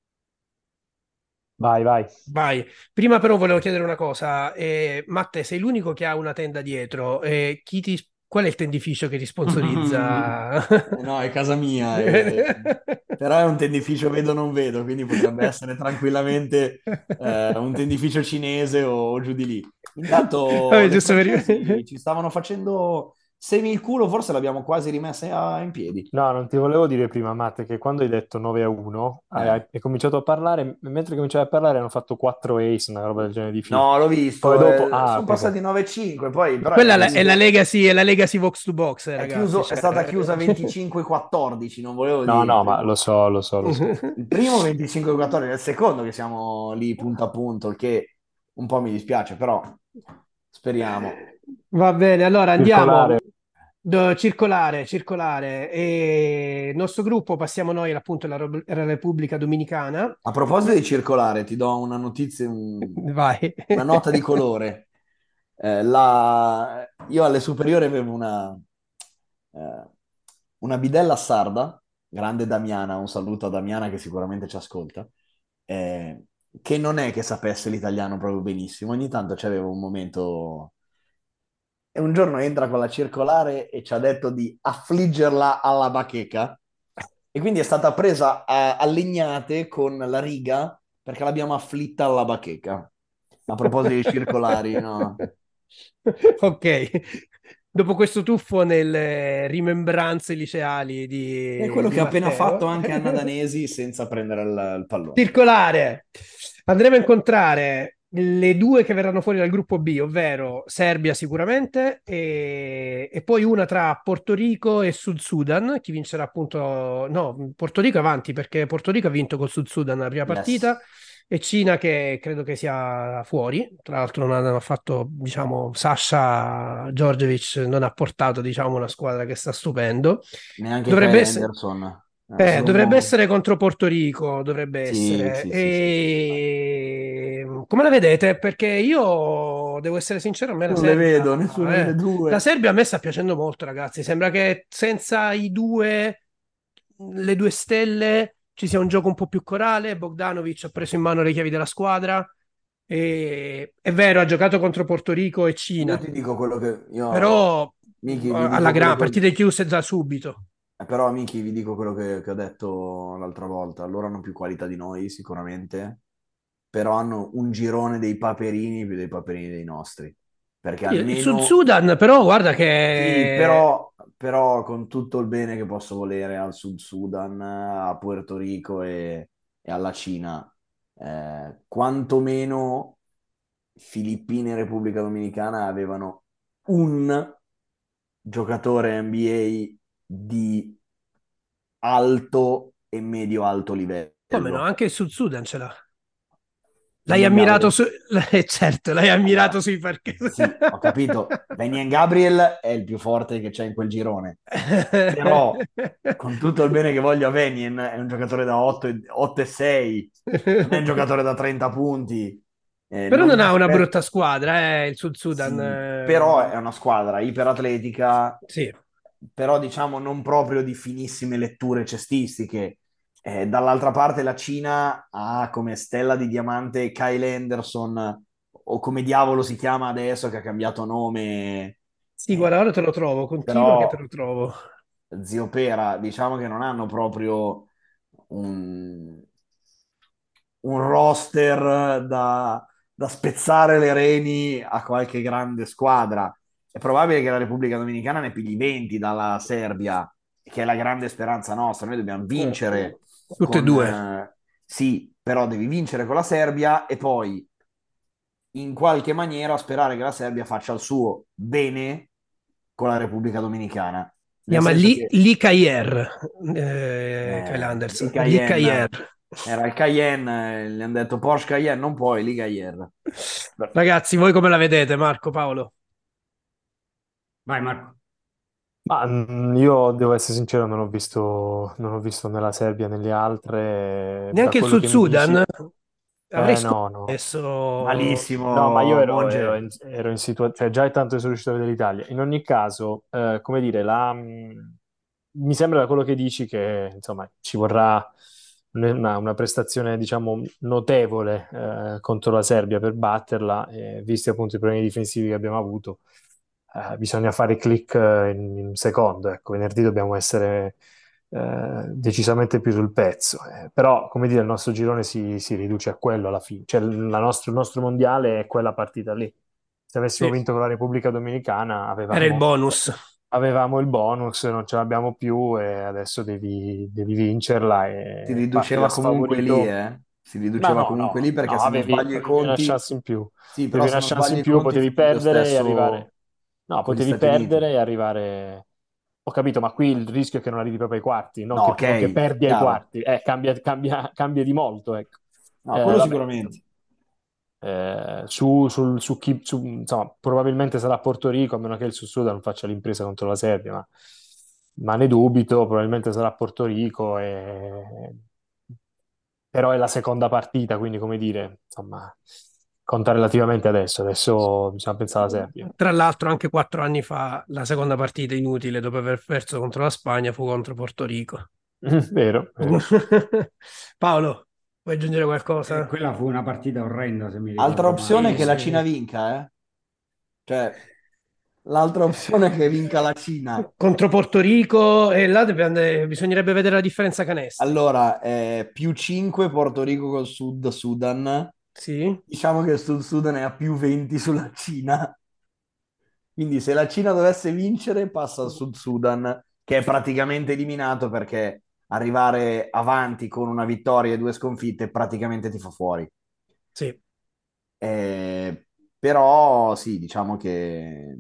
Vai, vai. Vai. Prima però volevo chiedere una cosa. Eh, Matte, sei l'unico che ha una tenda dietro. Eh, chi ti... Qual è il tendificio che ti sponsorizza? No, è casa mia, eh. Però è un tendificio vedo non vedo, quindi potrebbe essere tranquillamente eh, un tendificio cinese o, o giù di lì. Intanto Vabbè, le giusto per... francesi ci stavano facendo semi il culo, forse l'abbiamo quasi rimesse a- in piedi. No, non ti volevo dire prima, Matte, che quando hai detto nove a uno, hai, Eh. hai cominciato a parlare, mentre cominciavi a parlare hanno fatto quattro ace, una roba del genere di fila. No, l'ho Poi visto, dopo, eh, ah, sono ok, ok. passati nove cinque, poi però è Quella è la chiuso, legacy, è la legacy box to box, eh, è ragazzi. chiuso, è stata Cioè... chiusa venticinque quattordici, non volevo No, dire il no, ma primo. lo so, lo so, lo so. Il primo venticinque quattordici, è il secondo che siamo lì punto a punto, il che un po' mi dispiace, però speriamo. Va bene, allora andiamo. Circolare. Do- circolare, circolare. E il nostro gruppo passiamo noi appunto alla Ro- alla Repubblica Dominicana. A proposito di circolare, ti do una notizia, un- Vai. una nota di colore. Eh, la- Io alle superiori avevo una, eh, una bidella sarda, grande Damiana, un saluto a Damiana che sicuramente ci ascolta, eh, che non è che sapesse l'italiano proprio benissimo, ogni tanto c'aveva un momento... E un giorno entra con la circolare e ci ha detto di affliggerla alla bacheca e quindi è stata presa a, a legnate con la riga perché l'abbiamo afflitta alla bacheca. A proposito di circolari, no? Ok, dopo questo tuffo nelle rimembranze liceali È di, quello di che ha appena fatto Matteo. anche Anna Danesi senza prendere il, il pallone. Circolare. Andremo a incontrare le due che verranno fuori dal gruppo B, ovvero Serbia sicuramente e, e poi una tra Porto Rico e Sud Sudan. Chi vincerà appunto... No, Porto Rico è avanti perché Porto Rico ha vinto col Sud Sudan la prima Yes. partita e Cina che credo che sia fuori. Tra l'altro non hanno fatto, diciamo, Sasha Djordjevic non ha portato, diciamo, una squadra che sta stupendo. Neanche Dovrebbe Kyle essere... Anderson. Eh, Eh, solo dovrebbe mo- essere contro Porto Rico, dovrebbe Sì, essere. sì, sì, sì, sì. E... Come la vedete? Perché io devo essere sincero, a me la Non le Serbia, vedo, nessuna delle eh, la due. Serbia a me sta piacendo molto, ragazzi. Sembra che senza i due, le due stelle, ci sia un gioco un po' più corale. Bogdanovic ha preso in mano le chiavi della squadra. E... È vero, ha giocato contro Porto Rico e Io Cina, ti dico quello che... Io, però Miki, vi alla dico quello gran che... partite chiuse da subito. Eh, però, amici, vi dico quello che, che ho detto l'altra volta. Loro hanno più qualità di noi, sicuramente, però hanno un girone dei paperini più dei paperini dei nostri. Perché Il Sud almeno, Sudan, però, guarda sì, che però, però con tutto il bene che posso volere al Sud Sudan, a Puerto Rico e, e alla Cina, eh, quantomeno Filippine e Repubblica Dominicana avevano un giocatore N B A di alto e medio-alto come no, livello. anche il Sud Sudan ce l'ha. L'hai Daniel ammirato Gabriel. su... eh, certo, l'hai ammirato Allora, sui parquet. sì, ho capito. Daniel Gabriel è il più forte che c'è in quel girone. Però, con tutto il bene che voglio a Venien, è un giocatore da otto e sei, non è un giocatore da trenta punti. Eh, Però non non mi ha una aspetto... brutta squadra, eh, il Sud Sudan. Sì, però è eh, una squadra iperatletica, Sì, però diciamo non proprio di finissime letture cestistiche. Eh, dall'altra parte la Cina ha come stella di diamante Kyle Anderson, o come diavolo si chiama adesso, che ha cambiato nome. sì, Eh, guarda, ora te lo trovo, continua che te però lo trovo. Zio Pera, diciamo che non hanno proprio un, un roster da, da spezzare le reni a qualche grande squadra. È probabile che la Repubblica Dominicana ne pigli venti dalla Serbia, che è la grande speranza nostra. Noi dobbiamo vincere Tutte e con... due. eh, sì, però devi vincere con la Serbia e poi in qualche maniera sperare che la Serbia faccia il suo bene con la Repubblica Dominicana. Si Nel chiama senso Lee, che Lee Kayer, eh, Kyle eh, Anderson. Lee Lee Cayenne, Kayer. era il Cayenne, eh, gli hanno detto Porsche Cayenne, non puoi, Lee Cayenne. Ragazzi, voi come la vedete, Marco, Paolo? Vai Marco. Ma mm, io devo essere sincero, non ho visto, non ho visto né la Serbia né le altre. Da Neanche il quello Sud che mi Sudan? dici, Avrei eh no, no. scommesso. No, ma io Malissimo, ero, ero Monge. in, ero in situazione, cioè già è tanto che sono riuscito a vedere l'Italia. In ogni caso, eh, come dire, la, mh, mi sembra da quello che dici che insomma ci vorrà una, una prestazione, diciamo, notevole eh, contro la Serbia per batterla, e visti appunto i problemi difensivi che abbiamo avuto, eh, bisogna fare click eh, in, in un secondo. Ecco, venerdì dobbiamo essere eh, decisamente più sul pezzo. Eh, però, come dire, il nostro girone si, si riduce a quello alla fine. Cioè, la nostro- il nostro mondiale è quella partita lì. Se avessimo Sì, vinto con la Repubblica Dominicana, era il avevamo, bonus. avevamo il bonus, non ce l'abbiamo più e adesso devi, devi vincerla Si e parti da riduceva comunque lì, sfavorito. eh? Si Ma riduceva no, comunque no, lì perché no, se non avevi, sbaglio i avevi una conti, chance in più. sì, però Avevi se una non chance sbaglio in i più, conti potevi finivi lo perdere e stesso arrivare. No, con gli potevi Stati Uniti. perdere e arrivare. Ho capito, ma qui il rischio è che non arrivi proprio ai quarti, non No, che, ok, non che perdi ai chiaro. quarti. Eh, cambia, cambia- cambia di molto, ecco. No, Eh, quello vabbè, sicuramente. eh, su, sul- su chi, su- insomma, probabilmente sarà Porto Rico, a meno che il Sussuda non faccia l'impresa contro la Serbia, ma, ma ne dubito, probabilmente sarà Porto Rico, e- però è la seconda partita, quindi come dire, insomma, conta relativamente adesso, adesso bisogna pensare alla Serbia. Tra l'altro, anche quattro anni fa, la seconda partita inutile dopo aver perso contro la Spagna fu contro Porto Rico. Vero, vero. Paolo, vuoi aggiungere Eh, qualcosa? quella fu una partita orrenda, se mi Altra ricordo opzione è Sì, male. che la sì. Cina vinca, eh? Cioè, l'altra opzione è che vinca la Cina. Contro Porto Rico e là dipende- bisognerebbe vedere la differenza canestri. Allora, eh, più cinque Porto Rico col Sud Sudan. Sì, Diciamo che il Sud Sudan è a più venti sulla Cina. Quindi se la Cina dovesse vincere, passa al Sud Sudan, che è praticamente eliminato perché arrivare avanti con una vittoria e due sconfitte praticamente ti fa fuori. sì. Eh, però sì, diciamo che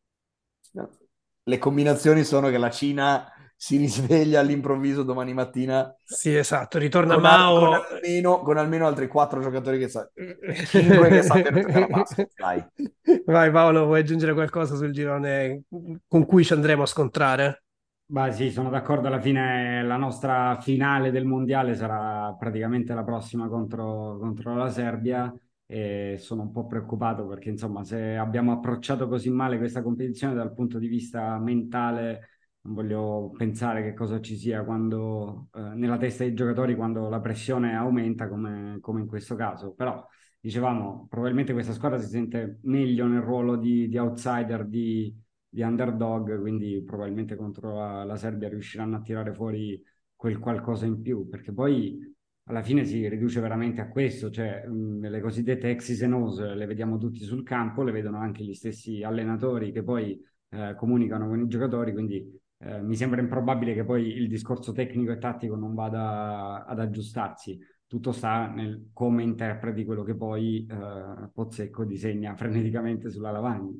le combinazioni sono che la Cina si risveglia all'improvviso domani mattina Sì, esatto, ritorna con, al- con Mao. almeno, con almeno altri quattro giocatori che sa, cinque che sappiano giocare a basket, dai. Vai Paolo, vuoi aggiungere qualcosa sul girone con cui ci andremo a scontrare? Beh, sì, sono d'accordo. Alla fine la nostra finale del mondiale sarà praticamente la prossima contro, contro la Serbia e sono un po' preoccupato perché, insomma, se abbiamo approcciato così male questa competizione dal punto di vista mentale, non voglio pensare che cosa ci sia quando, eh, nella testa dei giocatori quando la pressione aumenta, come, come in questo caso. Però, dicevamo, probabilmente questa squadra si sente meglio nel ruolo di, di outsider, di di underdog, quindi probabilmente contro la, la Serbia riusciranno a tirare fuori quel qualcosa in più, perché poi alla fine si riduce veramente a questo, cioè mh, le cosiddette X's and O's le vediamo tutti sul campo, le vedono anche gli stessi allenatori che poi eh, comunicano con i giocatori, quindi eh, mi sembra improbabile che poi il discorso tecnico e tattico non vada ad aggiustarsi. Tutto sta nel come interpreti quello che poi eh, Pozzecco disegna freneticamente sulla lavagna.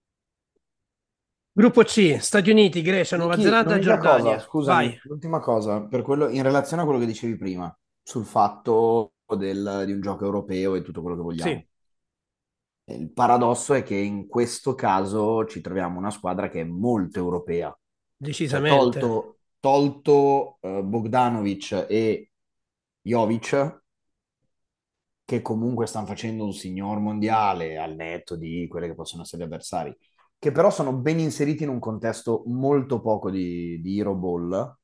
Gruppo C, Stati Uniti, Grecia, Nuova Nichi, Zelanda, l'unica cosa, Giordania. scusami, Vai. l'ultima cosa, per quello, in relazione a quello che dicevi prima, sul fatto del- di un gioco europeo e tutto quello che vogliamo. Sì, Il paradosso è che in questo caso ci troviamo una squadra che è molto europea. Cioè, decisamente. tolto, tolto eh, Bogdanovic e Jovic, che comunque stanno facendo un signor mondiale al netto di quelle che possono essere gli avversari, che però sono ben inseriti in un contesto molto poco di, di Hero Ball.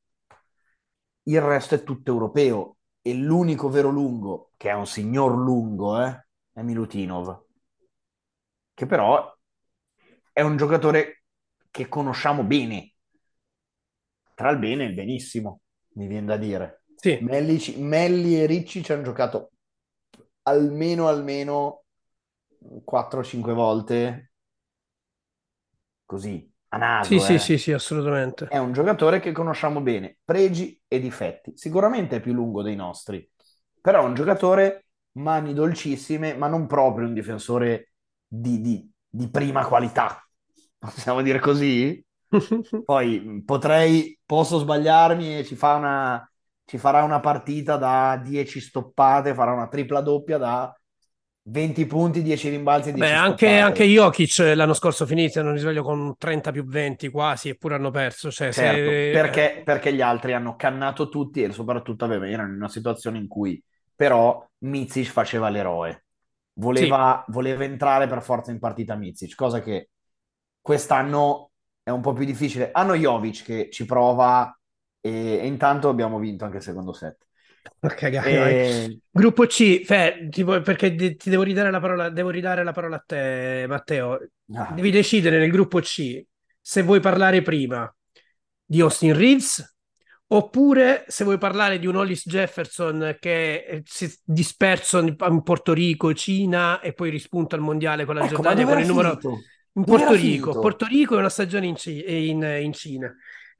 Il resto è tutto europeo e l'unico vero lungo, che è un signor lungo, eh, è Milutinov, che però è un giocatore che conosciamo bene, tra il bene e il benissimo, mi viene da dire. Sì, Melli, ci- Melli e Ricci ci hanno giocato almeno almeno quattro cinque volte così, a Sì, naso, sì, eh. sì, sì, assolutamente. È un giocatore che conosciamo bene, pregi e difetti. Sicuramente è più lungo dei nostri, però è un giocatore mani dolcissime, ma non proprio un difensore di, di- di prima qualità, possiamo dire così? Poi mh, potrei, posso sbagliarmi e ci fa una, ci farà una partita da dieci stoppate, farà una tripla doppia da venti punti, dieci rimbalzi e Beh, dieci anche, anche stoppate. Jokic l'anno scorso finì, se non mi sbaglio, con trenta più venti quasi, eppure hanno perso. Cioè, Certo, se... eh, perché, perché gli altri hanno cannato tutti e soprattutto avevano, erano in una situazione in cui però Mizic faceva l'eroe, sì, voleva, voleva entrare per forza in partita Mizic, cosa che quest'anno è un po' più difficile. Hanno Jovic che ci prova e, e intanto abbiamo vinto anche il secondo set. a cagare, vai. E... Gruppo C, Fe, tipo, perché de- ti devo ridare la parola, devo ridare la parola a te, Matteo. ah, Devi decidere nel gruppo C se vuoi parlare prima di Austin Reeves oppure se vuoi parlare di un Hollis Jefferson che eh, si è disperso in in Porto Rico, Cina e poi rispunta al mondiale con la ecco, ma Giordania dove con era il numero finito? in Dove Porto era Rico. finito? Porto Rico è una stagione in, Ci- in- in Cina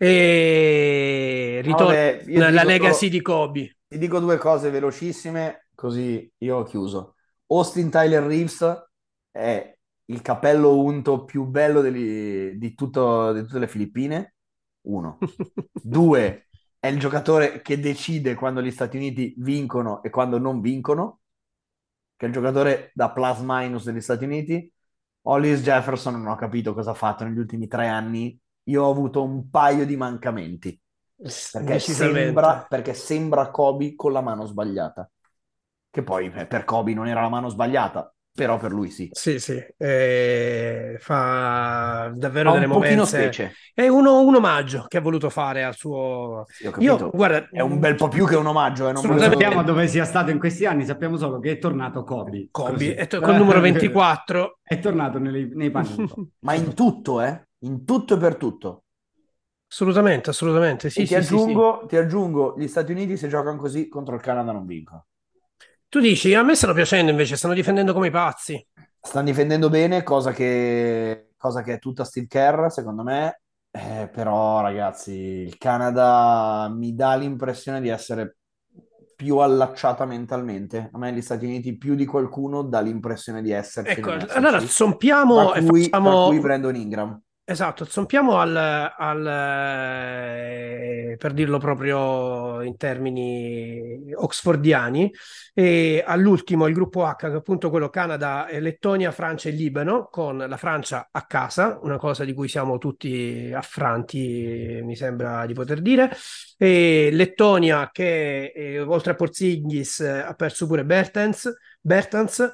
e No, ritorna vabbè, io ti la dico legacy solo, di Kobe. ti dico due cose velocissime, così io ho chiuso. Austin Tyler Reeves è il capello unto più bello degli- di, tutto- di tutte le Filippine, uno. Due, è il giocatore che decide quando gli Stati Uniti vincono e quando non vincono, che è il giocatore da plus minus degli Stati Uniti. Hollis Jefferson non ho capito cosa ha fatto negli ultimi tre anni. Io ho avuto un paio di mancamenti perché sembra, Decisamente. perché sembra Kobe con la mano sbagliata. Che poi eh, per Kobe non era la mano sbagliata, però per lui sì. Sì, sì, eh, fa davvero Fa delle un pochino movenze. specie. È uno- un omaggio che ha voluto fare al suo. Sì, ho Io, capito. guarda, È un mh, bel po' più che un omaggio, eh, non Non volevo... sappiamo assolutamente. dove sia stato in questi anni, sappiamo solo che è tornato Kobe, Kobe così. è to- col numero ventiquattro. È tornato nei, nei panni di Kobe. Ma in tutto, eh? In tutto e per tutto. Assolutamente, assolutamente. E Sì, ti sì, sì, sì. aggiungo, ti aggiungo, gli Stati Uniti se giocano così contro il Canada non vincono. Tu dici, a me stanno piacendo invece, stanno difendendo come i pazzi. Stanno difendendo bene, cosa che, cosa che è tutta Steve Kerr, secondo me. Eh, però, ragazzi, il Canada mi dà l'impressione di essere più allacciata mentalmente. A me gli Stati Uniti più di qualcuno dà l'impressione di esserci, Ecco, non allora esserci. Tra zompiamo e cui, tra cui facciamo. Brandon Ingram. Esatto, zompiamo al, al, eh, per dirlo proprio in termini oxfordiani, e all'ultimo il gruppo H, che è appunto quello Canada, eh, Lettonia, Francia e Libano, con la Francia a casa, una cosa di cui siamo tutti affranti, mi sembra di poter dire, e Lettonia che eh, oltre a Porzingis eh, ha perso pure Bertens, Bertans,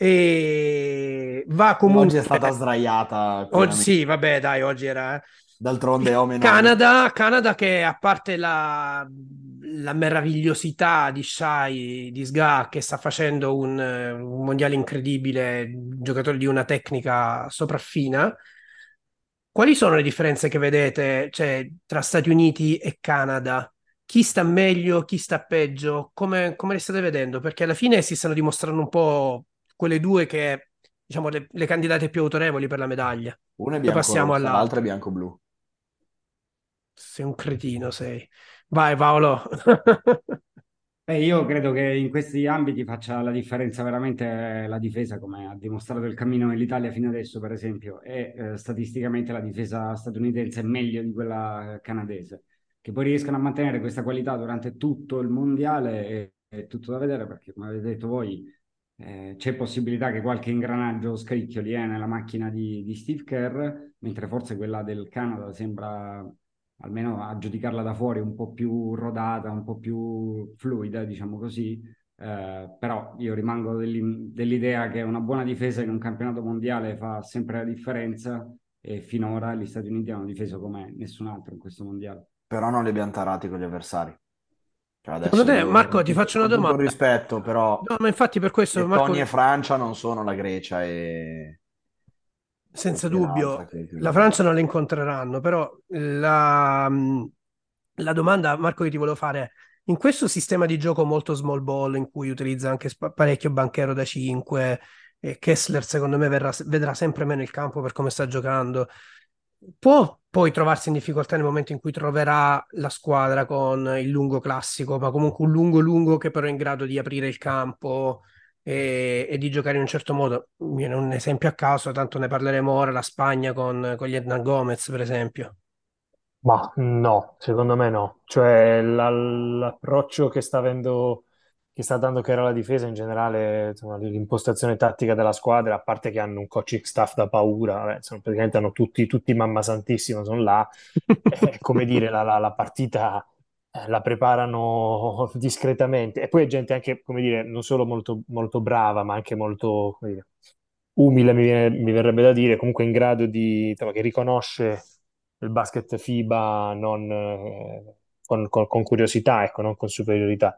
e va E oggi è comunque. stata sdraiata Oggi pienamente. sì, vabbè, dai, oggi era. eh. D'altronde, Il Omen Omen. Canada, Canada che a parte la, la meravigliosità di Shai, di Sga, che sta facendo un, eh, un mondiale incredibile, un giocatore di una tecnica sopraffina, quali sono le differenze che vedete, cioè, tra Stati Uniti e Canada? Chi sta meglio, chi sta peggio? Come, come le state vedendo? Perché alla fine si stanno dimostrando un po' quelle due che, diciamo, le, le candidate più autorevoli per la medaglia. Uno è Poi passiamo bianco-rossa, l'altro è all'altro. bianco-blu. Sei un cretino, sei. Vai, Paolo. Eh, io credo che in questi ambiti faccia la differenza veramente la difesa, come ha dimostrato il cammino dell'Italia fino adesso, per esempio, e eh, statisticamente la difesa statunitense è meglio di quella canadese. Che poi riescano a mantenere questa qualità durante tutto il mondiale è, è tutto da vedere, perché come avete detto voi, eh, c'è possibilità che qualche ingranaggio scricchioli eh, nella macchina di, di Steve Kerr, mentre forse quella del Canada sembra, almeno a giudicarla da fuori, un po' più rodata, un po' più fluida, diciamo così. Eh, però io rimango dell'in- dell'idea che una buona difesa in un campionato mondiale fa sempre la differenza e finora gli Stati Uniti hanno difeso come nessun altro in questo mondiale. Però non li abbiamo tarati con gli avversari. Cioè Secondo adesso te, io, Marco, con ti tutto, faccio una con tutto il domanda. rispetto, però No, ma infatti per questo, Marco, Lettonia e Francia non sono la Grecia e, senza e l'altra dubbio, che è più la grande. Francia non le incontreranno, però la, la domanda, Marco, che ti volevo fare è, in questo sistema di gioco molto small ball, in cui utilizza anche spa- parecchio banchero da cinque, e Kessler secondo me verrà- vedrà sempre meno il campo per come sta giocando. Può poi trovarsi in difficoltà nel momento in cui troverà la squadra con il lungo classico, ma comunque un lungo lungo che però è in grado di aprire il campo e, e di giocare in un certo modo. Mi viene un esempio a caso, tanto ne parleremo ora, la Spagna con, con gli Hernan Gomez, per esempio. Ma no, secondo me no. Cioè la- l'approccio che sta avendo, che sta dando Chiara alla difesa in generale, insomma, l'impostazione tattica della squadra, a parte che hanno un coaching staff da paura, vabbè, insomma, praticamente hanno tutti, tutti mamma santissima, sono là, è come dire, la, la- la partita eh, la preparano discretamente. E poi è gente anche, come dire, non solo molto, molto brava, ma anche molto, come dire, umile, mi viene- mi verrebbe da dire, comunque in grado di, insomma, che riconosce il basket FIBA non, eh, con, con- con curiosità, ecco, non con superiorità.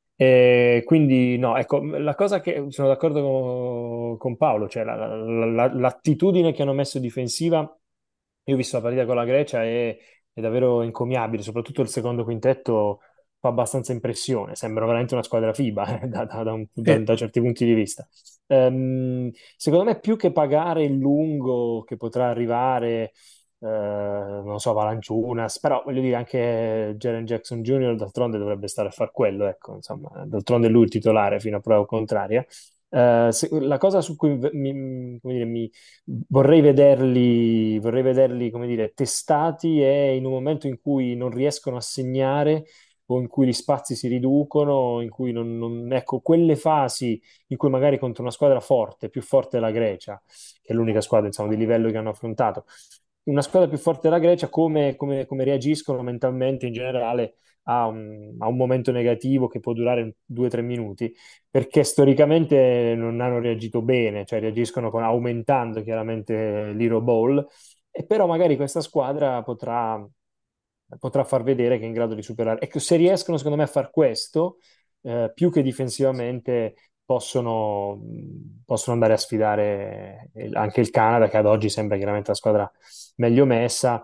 E quindi no, ecco, la cosa che sono d'accordo con, con Paolo, cioè la- la- la- l'attitudine che hanno messo difensiva, io ho visto la partita con la Grecia, è, è davvero encomiabile, soprattutto il secondo quintetto fa abbastanza impressione, sembra veramente una squadra FIBA, eh, da, da- da un- da- Sì. da certi punti di vista. Ehm, secondo me più che pagare il lungo che potrà arrivare, eh, non so, Valanciunas, però voglio dire anche Jaren Jackson Junior d'altronde dovrebbe stare a far quello, ecco, insomma, d'altronde è lui il titolare fino a prova contraria. Eh, se- la cosa su cui mi, come dire, mi- vorrei vederli, vorrei vederli, come dire, testati è in un momento in cui non riescono a segnare o in cui gli spazi si riducono, in cui non, non- ecco, quelle fasi in cui magari contro una squadra forte, più forte della Grecia, che è l'unica squadra, insomma, di livello che hanno affrontato, una squadra più forte della Grecia, come, come- come reagiscono mentalmente in generale a un, a un momento negativo che può durare due o tre minuti, perché storicamente non hanno reagito bene, cioè reagiscono con- aumentando chiaramente l'Hero Ball, e però magari questa squadra potrà, potrà far vedere che è in grado di superare. Ecco, se riescono secondo me a far questo, eh, più che difensivamente possono, mh, possono andare a sfidare il- anche il Canada, che ad oggi sembra chiaramente la squadra meglio messa,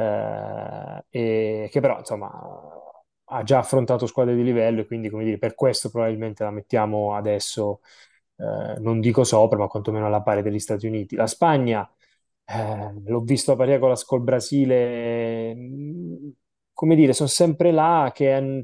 eh, e che però insomma ha già affrontato squadre di livello e quindi come dire, per questo probabilmente la mettiamo adesso, eh, non dico sopra, ma quantomeno alla pari degli Stati Uniti. La Spagna, eh, l'ho visto a partire con la, col Brasile, mh, come dire, sono sempre là che... mm,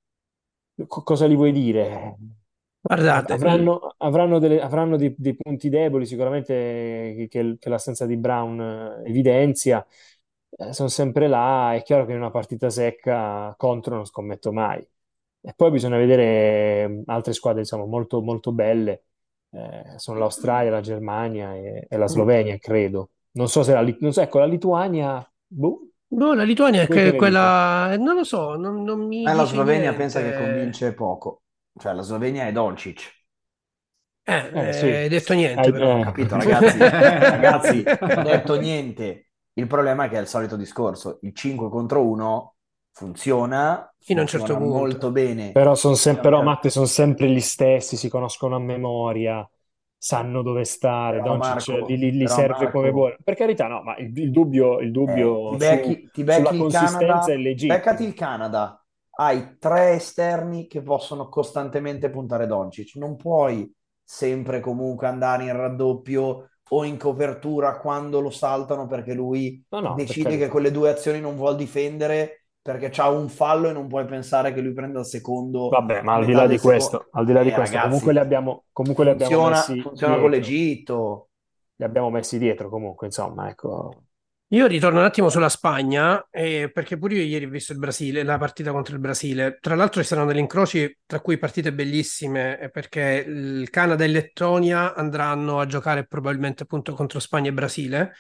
co- cosa gli vuoi dire? Av- Guardate, l- Avranno, avranno delle- avranno dei, dei punti deboli sicuramente che, che- che l'assenza di Brown eh, evidenzia. Eh, sono sempre là, è chiaro che in una partita secca contro non scommetto mai. E poi bisogna vedere mm, altre squadre, diciamo, molto, molto belle. Eh, sono l'Australia, la Germania e, e la Slovenia, credo. Non so se la, Lit- non so, ecco, la Lituania, boh, boh, la Lituania è voi che che ne dite? quella, non lo so, non, non mi Ma la dice Slovenia pensa che niente. convince poco. Cioè, la Slovenia è Doncic. Eh, Eh eh, sì, hai detto niente Hai- però. Ho eh. capito, ragazzi, ragazzi, ho detto niente. Il problema è che è il solito discorso. Il cinque contro uno funziona, Fino a un certo funziona punto. molto bene. Però, son sem- Fino a un però certo- Matte, sono sempre gli stessi, si conoscono a memoria, sanno dove stare. Però Doncic li, Marco, li- li però serve come Marco, vuole. Per carità, no, ma il, il dubbio, il eh, ti dubbio su- becchi, ti sulla becchi il consistenza è Canada, beccati legittimo. il Canada. Hai tre esterni che possono costantemente puntare Doncic. Non puoi sempre comunque andare in raddoppio o in copertura quando lo saltano perché lui No, no, per decide che carità. con le due azioni non vuol difendere perché c'ha un fallo e non puoi pensare che lui prenda il secondo Vabbè, ma a al di metà là del di secondo. questo, al di là di Eh, questo, comunque ragazzi, li abbiamo, comunque li abbiamo funziona, messi funziona con dietro. l'Egitto. Li abbiamo messi dietro comunque, insomma, ecco. Io ritorno un attimo sulla Spagna, eh, perché pure io ieri ho visto il Brasile, la partita contro il Brasile. Tra l'altro ci saranno degli incroci, tra cui partite bellissime, eh, perché il Canada e Lettonia andranno a giocare probabilmente appunto contro Spagna e Brasile.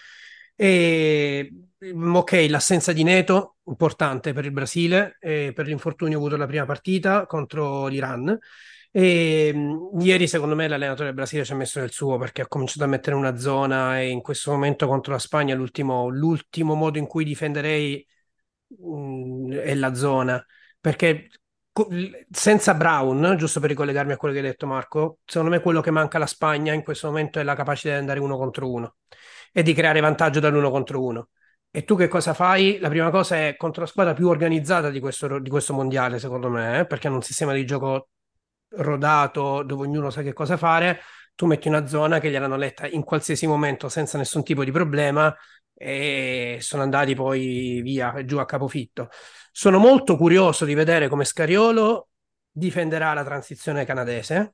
E mm, ok, l'assenza di Neto, importante per il Brasile, eh, per l'infortunio avuto alla prima partita contro l'Iran. E mh, ieri secondo me l'allenatore del Brasile ci ha messo del suo perché ha cominciato a mettere una zona e in questo momento contro la Spagna l'ultimo l'ultimo modo in cui difenderei mh, è la zona perché co- l- senza Brown, giusto per ricollegarmi a quello che hai detto Marco, secondo me quello che manca alla Spagna in questo momento è la capacità di andare uno contro uno e di creare vantaggio dall'uno contro uno. E tu che cosa fai? La prima cosa è contro la squadra più organizzata di questo, di questo mondiale, secondo me, eh, perché hanno un sistema di gioco rodato dove ognuno sa che cosa fare, tu metti una zona che gliel'hanno letta in qualsiasi momento senza nessun tipo di problema e sono andati poi via, giù a capofitto. Sono molto curioso di vedere come Scariolo difenderà la transizione canadese,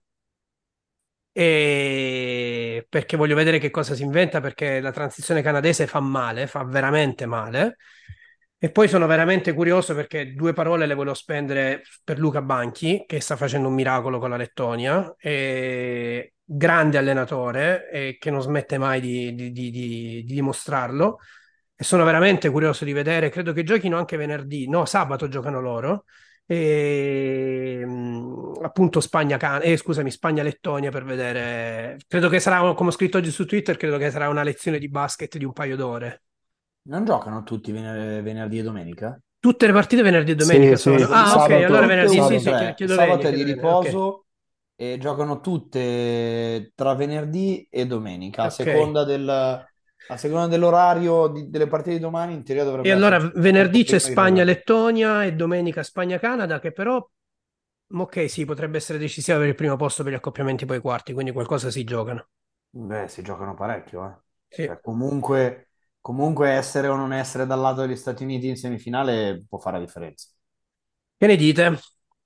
e perché voglio vedere che cosa si inventa, perché la transizione canadese fa male, fa veramente male. E poi sono veramente curioso perché due parole le volevo spendere per Luca Banchi, che sta facendo un miracolo con la Lettonia, e grande allenatore e che non smette mai di, di- di- di- di dimostrarlo. E sono veramente curioso di vedere, credo che giochino anche venerdì, no, sabato giocano loro. E mh, appunto Spagna, Can- eh, scusami, Spagna-Lettonia per vedere. Credo che sarà, come ho scritto oggi su Twitter, credo che sarà una lezione di basket di un paio d'ore. Non giocano tutti vener- venerdì e domenica? Tutte le partite venerdì e Sì, domenica sono. sì, Perché di Ah, ok, base allora sabato, tutte venerdì sì, uno sì, sabato. chiedo tre, chiedo venia, sabato è di chiedo venia. Ok, riposo e giocano tutte tra venerdì e domenica, a ok. seconda del, a seconda dell'orario di- delle partite di domani, in teoria E dovrebbe allora esserci tempo venerdì c'è prima di giocare. Spagna-Lettonia e domenica Spagna-Canada, che però, ok, sì, potrebbe essere decisiva per il primo posto per gli accoppiamenti poi ai quarti, quindi qualcosa si giocano. Beh, si giocano parecchio, eh. Sì. Cioè, comunque, comunque essere o non essere dal lato degli Stati Uniti in semifinale può fare la differenza. Che ne dite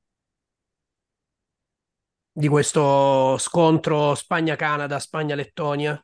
di questo scontro Spagna-Canada, Spagna-Lettonia?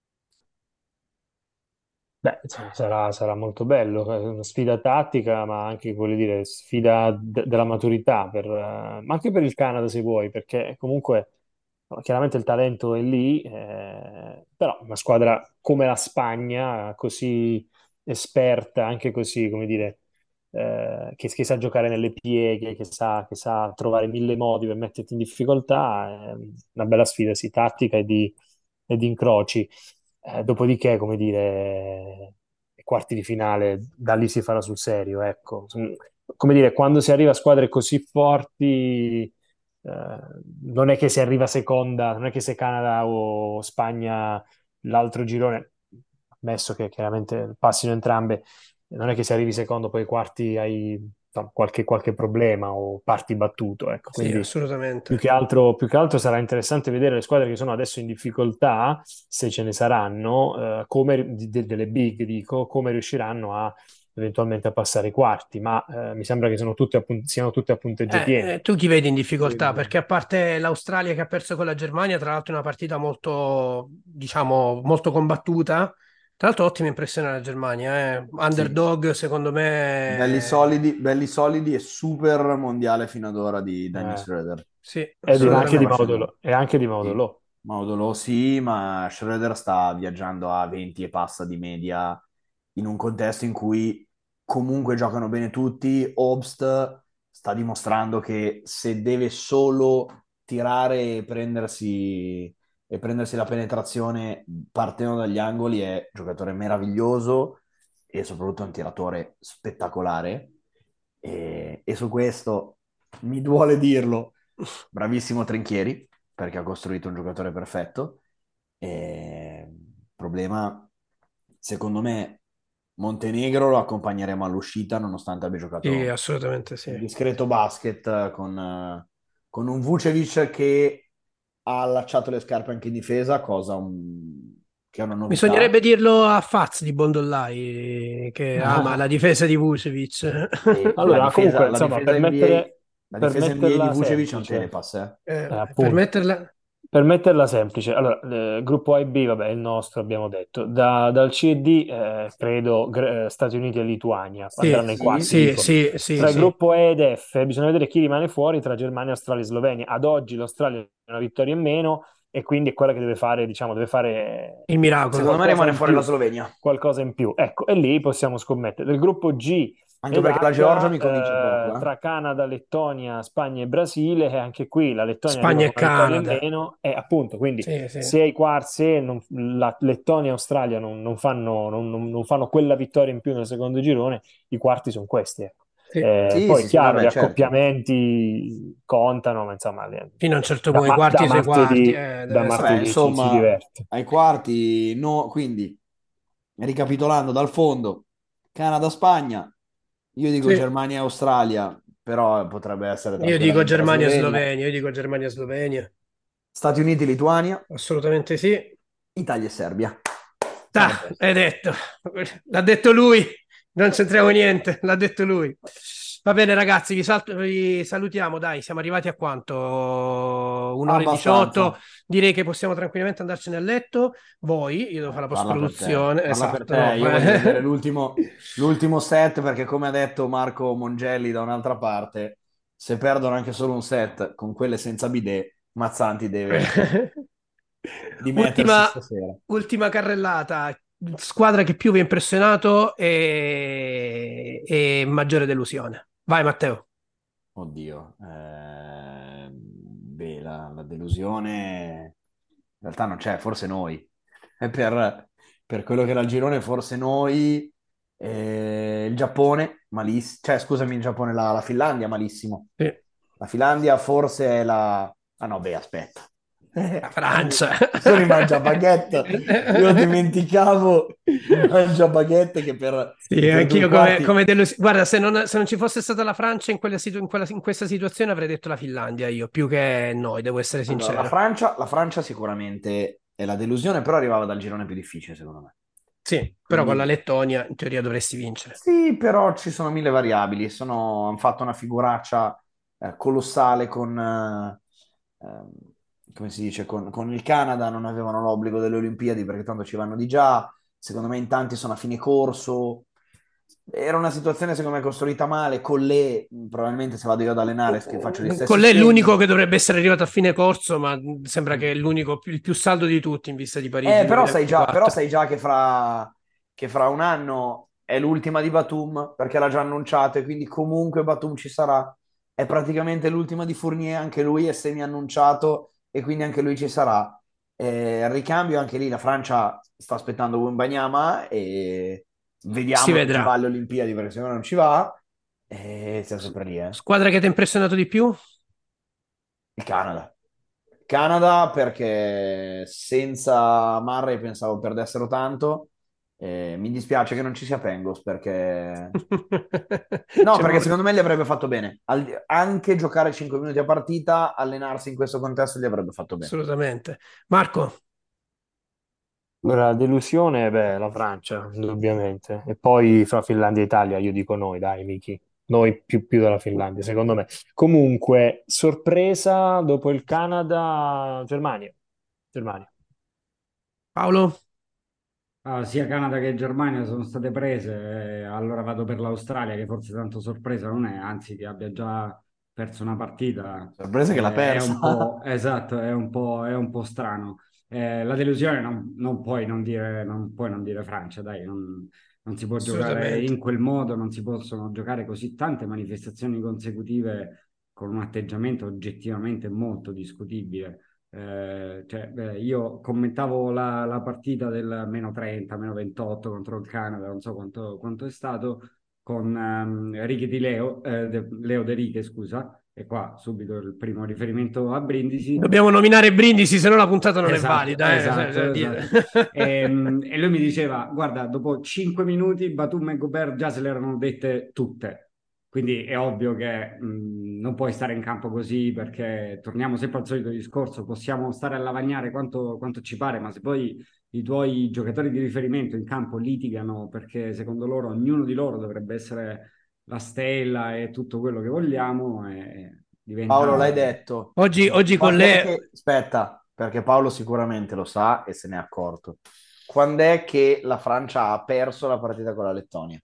Beh, insomma, sarà, sarà molto bello, è una sfida tattica, ma anche, voglio dire, sfida de- della maturità, per, eh, ma anche per il Canada se vuoi, perché comunque no, chiaramente il talento è lì, eh, però una squadra come la Spagna, così esperta, anche così, come dire, eh, che, che sa giocare nelle pieghe, che sa, che sa trovare mille modi per metterti in difficoltà, è una bella sfida, sì, tattica e di, e di incroci. Eh, dopodiché, come dire, i quarti di finale, da lì si farà sul serio, ecco. Mm, come dire, quando si arriva a squadre così forti, eh, non è che si arriva seconda, non è che se Canada o Spagna l'altro girone, ammesso che chiaramente passino entrambe, non è che se arrivi secondo poi ai quarti hai insomma, qualche, qualche problema o parti battuto, ecco. Sì, Quindi più assolutamente. che altro, più che altro sarà interessante vedere le squadre che sono adesso in difficoltà, se ce ne saranno, eh, come, di- de- delle big, dico, come riusciranno a eventualmente a passare i quarti, ma eh, mi sembra che sono tutte a pun- siano tutte a punteggio Eh, pieno. eh, tu chi vedi in difficoltà? Quindi, Perché a parte l'Australia che ha perso con la Germania, tra l'altro è una partita molto, diciamo, molto combattuta. Tra l'altro ottima impressione la Germania, eh. Sì, Underdog secondo belli me, solidi, belli solidi e super mondiale fino ad ora di Dennis eh, Schroeder. sì, e di- Schroeder anche sta di assolutamente. facendo, Maudolo, e anche di sì, Maudolo. Maudolo sì, ma Schroeder sta viaggiando a venti e passa di media in un contesto in cui comunque giocano bene tutti. Obst sta dimostrando che se deve solo tirare e prendersi, e prendersi la penetrazione partendo dagli angoli è un giocatore meraviglioso e soprattutto un tiratore spettacolare. E, e su questo mi duole dirlo, bravissimo Trinchieri, perché ha costruito un giocatore perfetto. E il problema, secondo me, Montenegro lo accompagneremo all'uscita, nonostante abbia Sì, giocato assolutamente sì. un discreto basket con, eh, con un Vucevic che ha allacciato le scarpe anche in difesa, cosa un- che è una novità. Bisognerebbe dirlo a Faz di Bondollai, che ama la difesa di Vucevic. E la Allora, difesa, comunque, la insomma, difesa per N B A, mettere, la per difesa N B A di metterla Vucevic non te ne semplice, passa. eh, Eh, per appunto, metterla... per metterla semplice, allora, il gruppo A e B, vabbè, è il nostro, abbiamo detto. Da- dal C e D, eh, credo, Gre- eh, Stati Uniti e Lituania Sì, andranno ai Sì, quarti, sì, dico. sì, sì, Tra il sì. gruppo E ed F bisogna vedere chi rimane fuori tra Germania, Australia e Slovenia. Ad oggi l'Australia ha una vittoria in meno e quindi è quella che deve fare, diciamo, deve fare Il miracolo. secondo me qualcosa rimane in fuori la più, Slovenia, qualcosa in più. Ecco, e lì possiamo scommettere. Del gruppo G anche ed perché la Georgia H, mi convince poco. eh, Eh. tra Canada, Lettonia, Spagna e Brasile, e anche qui la Lettonia arriva Spagna con e una vittoria in Canada. meno, e appunto, quindi Sì, sì. se ai quarti, se non- la Lettonia e Australia non, non fanno, non- non- non fanno quella vittoria in più nel secondo girone, i quarti sono questi. Ecco. Sì. Eh, Sì, poi, sì, sì, chiaro, gli vabbè, certo. accoppiamenti contano, ma insomma, le- Fino a un certo da, punto, i ma- da quarti sui quarti, martedì, eh, deve da essere Vabbè, martedì così. ci si insomma, diverte. ai quarti, no, quindi, ricapitolando dal fondo, Canada-Spagna, io dico Sì. Germania-Australia, però potrebbe essere Io dico tranquillamente la Slovenia. Germania-Slovenia, io dico Germania-Slovenia. Stati Uniti, Lituania, Assolutamente sì. Italia e Serbia. Ah, è detto. L'ha detto lui. Non c'entriamo niente. L'ha detto lui. Va bene, ragazzi, vi, sal- vi salutiamo. Dai, siamo arrivati a quanto? Un'ora e diciotto. Abbastanza. Direi che possiamo tranquillamente andarcene a letto. Voi, io devo fare la Parla per te, post-produzione. parla per Esatto, te. no. Io voglio vedere l'ultimo l'ultimo set perché, come ha detto Marco Mongelli da un'altra parte, se perdono anche solo un set con quelle senza bidet, Mazzanti deve dimettersi Ultima, stasera. ultima carrellata. Squadra che più vi ha impressionato e, e maggiore delusione. Vai, Matteo. Oddio, eh, beh, la, la delusione in realtà non c'è, forse noi. E per, per quello che era il girone, forse noi, eh, il Giappone, malissimo, cioè scusami, il Giappone, la, la Finlandia, malissimo. Sì. La Finlandia forse è la... Ah no, beh, aspetta. La Francia. Sono i mangiabaguette. Io dimenticavo i mangiabaguette che per, Sì, per due anch'io come, quarti... come delus- Guarda, se non, se non ci fosse stata la Francia in, quella situ- in, quella- in questa situazione avrei detto la Finlandia io, più che noi, devo essere Allora, la sincero. Francia, la Francia sicuramente è la delusione, però arrivava dal girone più difficile, secondo me. Sì, però con la Quindi Lettonia in teoria dovresti vincere. sì, però ci sono mille variabili. Sono, hanno fatto una figuraccia eh, colossale con, eh, ehm, come si dice, con, con il Canada. Non avevano l'obbligo delle Olimpiadi perché tanto ci vanno di già. Secondo me in tanti sono a fine corso. Era una situazione secondo me costruita male. Con le, probabilmente se vado io ad allenare che faccio gli Con stessi lei è l'unico schemi. che dovrebbe essere arrivato a fine corso, ma sembra che è l'unico, più- il più saldo di tutti in vista di Parigi Eh, però sai già, però duemilaventiquattro. sai già che fra, che fra un anno è l'ultima di Batum perché l'ha già annunciato e quindi comunque Batum ci sarà. È praticamente l'ultima di Fournier, anche lui è semi-annunciato e quindi anche lui ci sarà. Eh, al ricambio anche lì la Francia sta aspettando Wembanyama e Si vediamo se ci va vedrà. alle Olimpiadi perché se no non ci va. E siamo sempre lì, eh. Squadra che ti ha impressionato di più? Il Canada. Canada perché senza Murray pensavo perdessero tanto. Eh, mi dispiace che non ci sia Pengos perché... No, Cioè, perché ma- secondo me gli avrebbe fatto bene. Al- Anche giocare cinque minuti a partita, allenarsi in questo contesto gli avrebbe fatto bene. Assolutamente. Marco, Allora, la delusione, beh, la Francia, indubbiamente. E poi fra Finlandia e Italia, io dico noi, dai, Miki. Noi più, più della Finlandia, secondo me. Comunque, sorpresa dopo il Canada, Germania. Germania. Paolo? Ah, sia Canada che Germania sono state prese, eh, allora vado per l'Australia, che forse tanto sorpresa non è, anzi che abbia già perso una partita, Sorpresa che l'ha eh, è persa. un po', esatto, è un po', è un po' strano. Eh, la delusione non, non puoi non dire, non puoi non dire Francia, dai, non, non si può giocare Assolutamente. in quel modo, non si possono giocare così tante manifestazioni consecutive con un atteggiamento oggettivamente molto discutibile. Eh, cioè, beh, io commentavo la, la partita del meno trenta, meno ventotto contro il Canada, non so quanto, quanto è stato, con ehm, Righi di Leo, eh, de- Leo De Righe, scusa, e qua subito il primo riferimento a Brindisi. Dobbiamo nominare Brindisi, se no la puntata non è Esatto, valida. Eh. Cioè, esatto, cioè, esatto. dire- E, e lui mi diceva, guarda, dopo cinque minuti Batum e Gobert già se le erano dette tutte. Quindi è ovvio che mh, non puoi stare in campo così perché torniamo sempre al solito discorso, possiamo stare a lavagnare quanto, quanto ci pare, ma se poi i tuoi giocatori di riferimento in campo litigano perché secondo loro ognuno di loro dovrebbe essere la stella e tutto quello che vogliamo, e Paolo, l'hai diventa... detto. Oggi, oggi con Quando è le... che... Aspetta, perché Paolo sicuramente lo sa e se n'è accorto. Quando è che la Francia ha perso la partita con la Lettonia?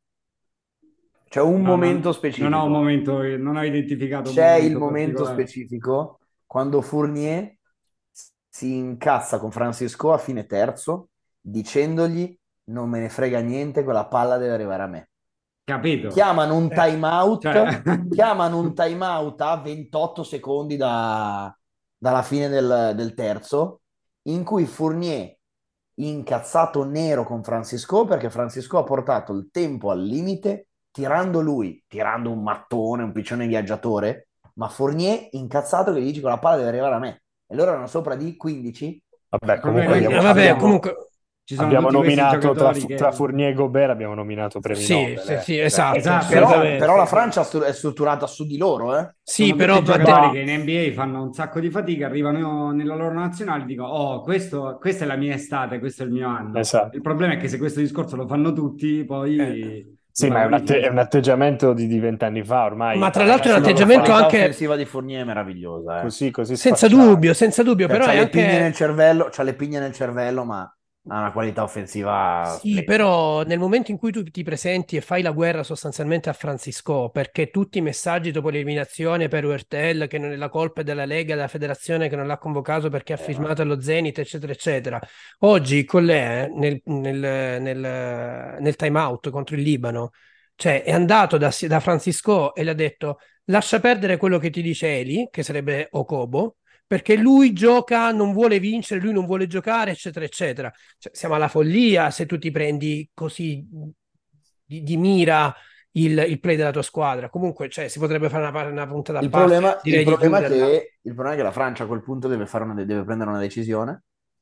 C'è un No, momento non, non ho un specifico. momento, non ho identificato un C'è il momento momento particolare. specifico quando Fournier si incazza con Francisco a fine terzo dicendogli non me ne frega niente, quella palla deve arrivare a me. Capito? Chiamano un eh, timeout, Cioè, chiamano un timeout a ventotto secondi da- dalla fine del, del terzo, in cui Fournier incazzato nero con Francisco perché Francisco ha portato il tempo al limite tirando lui, tirando un mattone, un piccione viaggiatore, ma Fournier incazzato che gli dice che la palla deve arrivare a me. E loro erano sopra di quindici. Vabbè, come comunque eh, abbiamo, ride, vabbè, abbiamo, comunque... ci sono abbiamo tutti questi nominato tra, giocatori che... tra Fournier e Gobert, abbiamo nominato premi Sì, Nobel. sì, eh. sì, esatto. Esatto. Però, assolutamente. però la Francia stu- è strutturata su di loro, eh? Sì, sono però tutti Matteo- giocatori che in N B A fanno un sacco di fatica, arrivano nella loro nazionale e dicono oh, questo, questa è la mia estate, questo è il mio anno. Esatto. Il problema è che se questo discorso lo fanno tutti, poi... Eh. Sì, ma è un, atte- è un atteggiamento di, di vent'anni fa ormai. Ma tra Eh, l'altro è un sì, atteggiamento La qualità anche offensiva di Fournier è meravigliosa, eh. così, così senza sfacciato. dubbio, senza dubbio, Cioè, però c'ha è le pigne anche nel cervello, c'ha le pigne nel cervello, ma ha una qualità offensiva Sì, splendida. però nel momento in cui tu ti presenti e fai la guerra sostanzialmente a Francisco, perché tutti i messaggi dopo l'eliminazione per Huertel, che non è la colpa della Lega, della federazione che non l'ha convocato perché ha Eh, firmato allo Zenit, eccetera, eccetera. Oggi con lei nel, nel, nel, nel time out contro il Libano, cioè è andato da, da Francisco e le ha detto lascia perdere quello che ti dice Eli, che sarebbe Okobo, perché lui gioca, non vuole vincere, lui non vuole giocare, eccetera, eccetera. Cioè, siamo alla follia se tu ti prendi così di, di mira il, il play della tua squadra. Comunque, cioè, si potrebbe fare una, una puntata a Il parte. problema, direi il, di problema è chiuderla. che, il problema è che la Francia a quel punto deve, fare una, deve prendere una decisione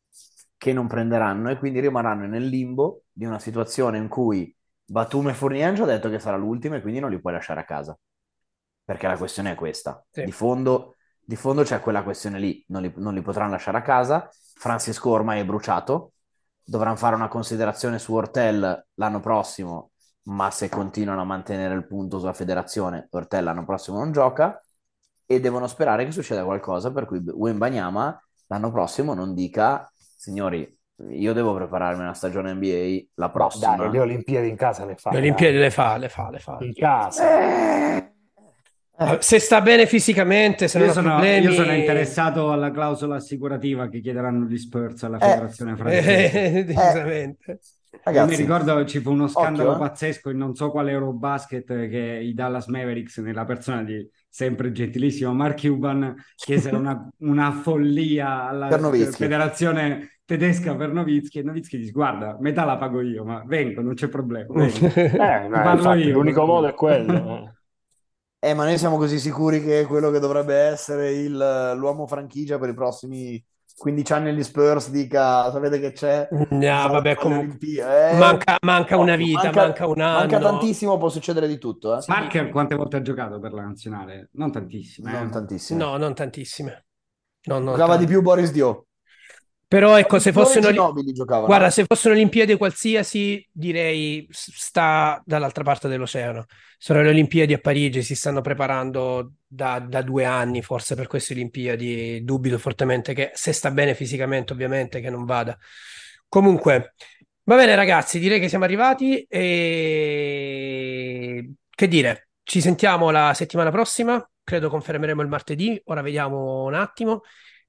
che non prenderanno e quindi rimarranno nel limbo di una situazione in cui Batum e Fournier hanno già detto che sarà l'ultima e quindi non li puoi lasciare a casa. Perché la questione è questa. Sì. Di fondo, di fondo c'è quella questione lì, non li, non li potranno lasciare a casa. Francisco ormai è bruciato, dovranno fare una considerazione su Huertel l'anno prossimo, ma se continuano a mantenere il punto sulla federazione, Huertel l'anno prossimo non gioca e devono sperare che succeda qualcosa per cui Wembanyama l'anno prossimo non dica signori, io devo prepararmi una stagione N B A la prossima. Dai, le Olimpiadi in casa le fa. Le Olimpiadi le fa, le fa, le fa. In casa. Eh, Eh, Se sta bene fisicamente, se non Io ha sono, problemi... io sono interessato alla clausola assicurativa che chiederanno gli Spurs alla Eh, federazione francese. Eh, decisamente. Io ragazzi, mi ricordo ci fu uno scandalo occhio, eh. pazzesco in non so quale Eurobasket che i Dallas Mavericks, nella persona di sempre gentilissimo Mark Cuban, chiesero una, una follia alla Per Nowitzki. federazione tedesca per Nowitzki e Nowitzki dice guarda, metà la pago io, ma vengo, non c'è problema. vengo. Eh, ma Parlo infatti, io, l'unico per modo cui. è quello. eh. Eh, ma noi siamo così sicuri che quello che dovrebbe essere il- l'uomo franchigia per i prossimi quindici anni agli Spurs dica, sapete che c'è? No, Fa- vabbè, fa le comunque Olimpiadi. Eh, manca, manca una occhio, vita, manca, manca un anno. manca tantissimo, può succedere di tutto, eh? Parker quante volte ha giocato per la nazionale? Non tantissime. Non eh. tantissimo. No, non tantissime. No, non Giocava di tante. più Boris Dio. Però ecco, se Boris fossero, Ginobili giocava, guarda, no? se fossero Olimpiadi qualsiasi, direi s- sta dall'altra parte dell'oceano. Sono le Olimpiadi a Parigi, si stanno preparando da, da due anni, forse per queste Olimpiadi. Dubito fortemente che, se sta bene fisicamente, ovviamente, che non vada. Comunque, va bene, ragazzi, direi che siamo arrivati e che dire, ci sentiamo la settimana prossima. Credo confermeremo il martedì. Ora vediamo un attimo.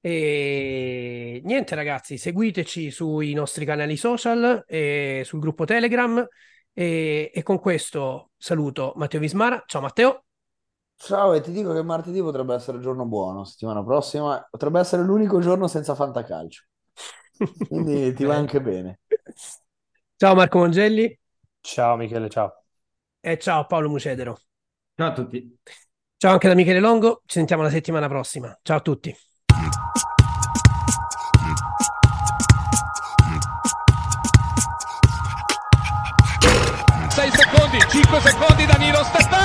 E niente, ragazzi, seguiteci sui nostri canali social e sul gruppo Telegram. E, e con questo saluto Matteo Vismara. Ciao Matteo. Ciao, e ti dico che martedì potrebbe essere il giorno buono, settimana prossima. Potrebbe essere l'unico giorno senza fantacalcio. Quindi ti va Bene. anche bene. Ciao Marco Mongelli Ciao Michele, ciao. e ciao Paolo Mucedero. Ciao a tutti. Ciao anche da Michele Longo. Ci sentiamo la settimana prossima. Ciao a tutti. sei secondi, cinque secondi, Danilo sta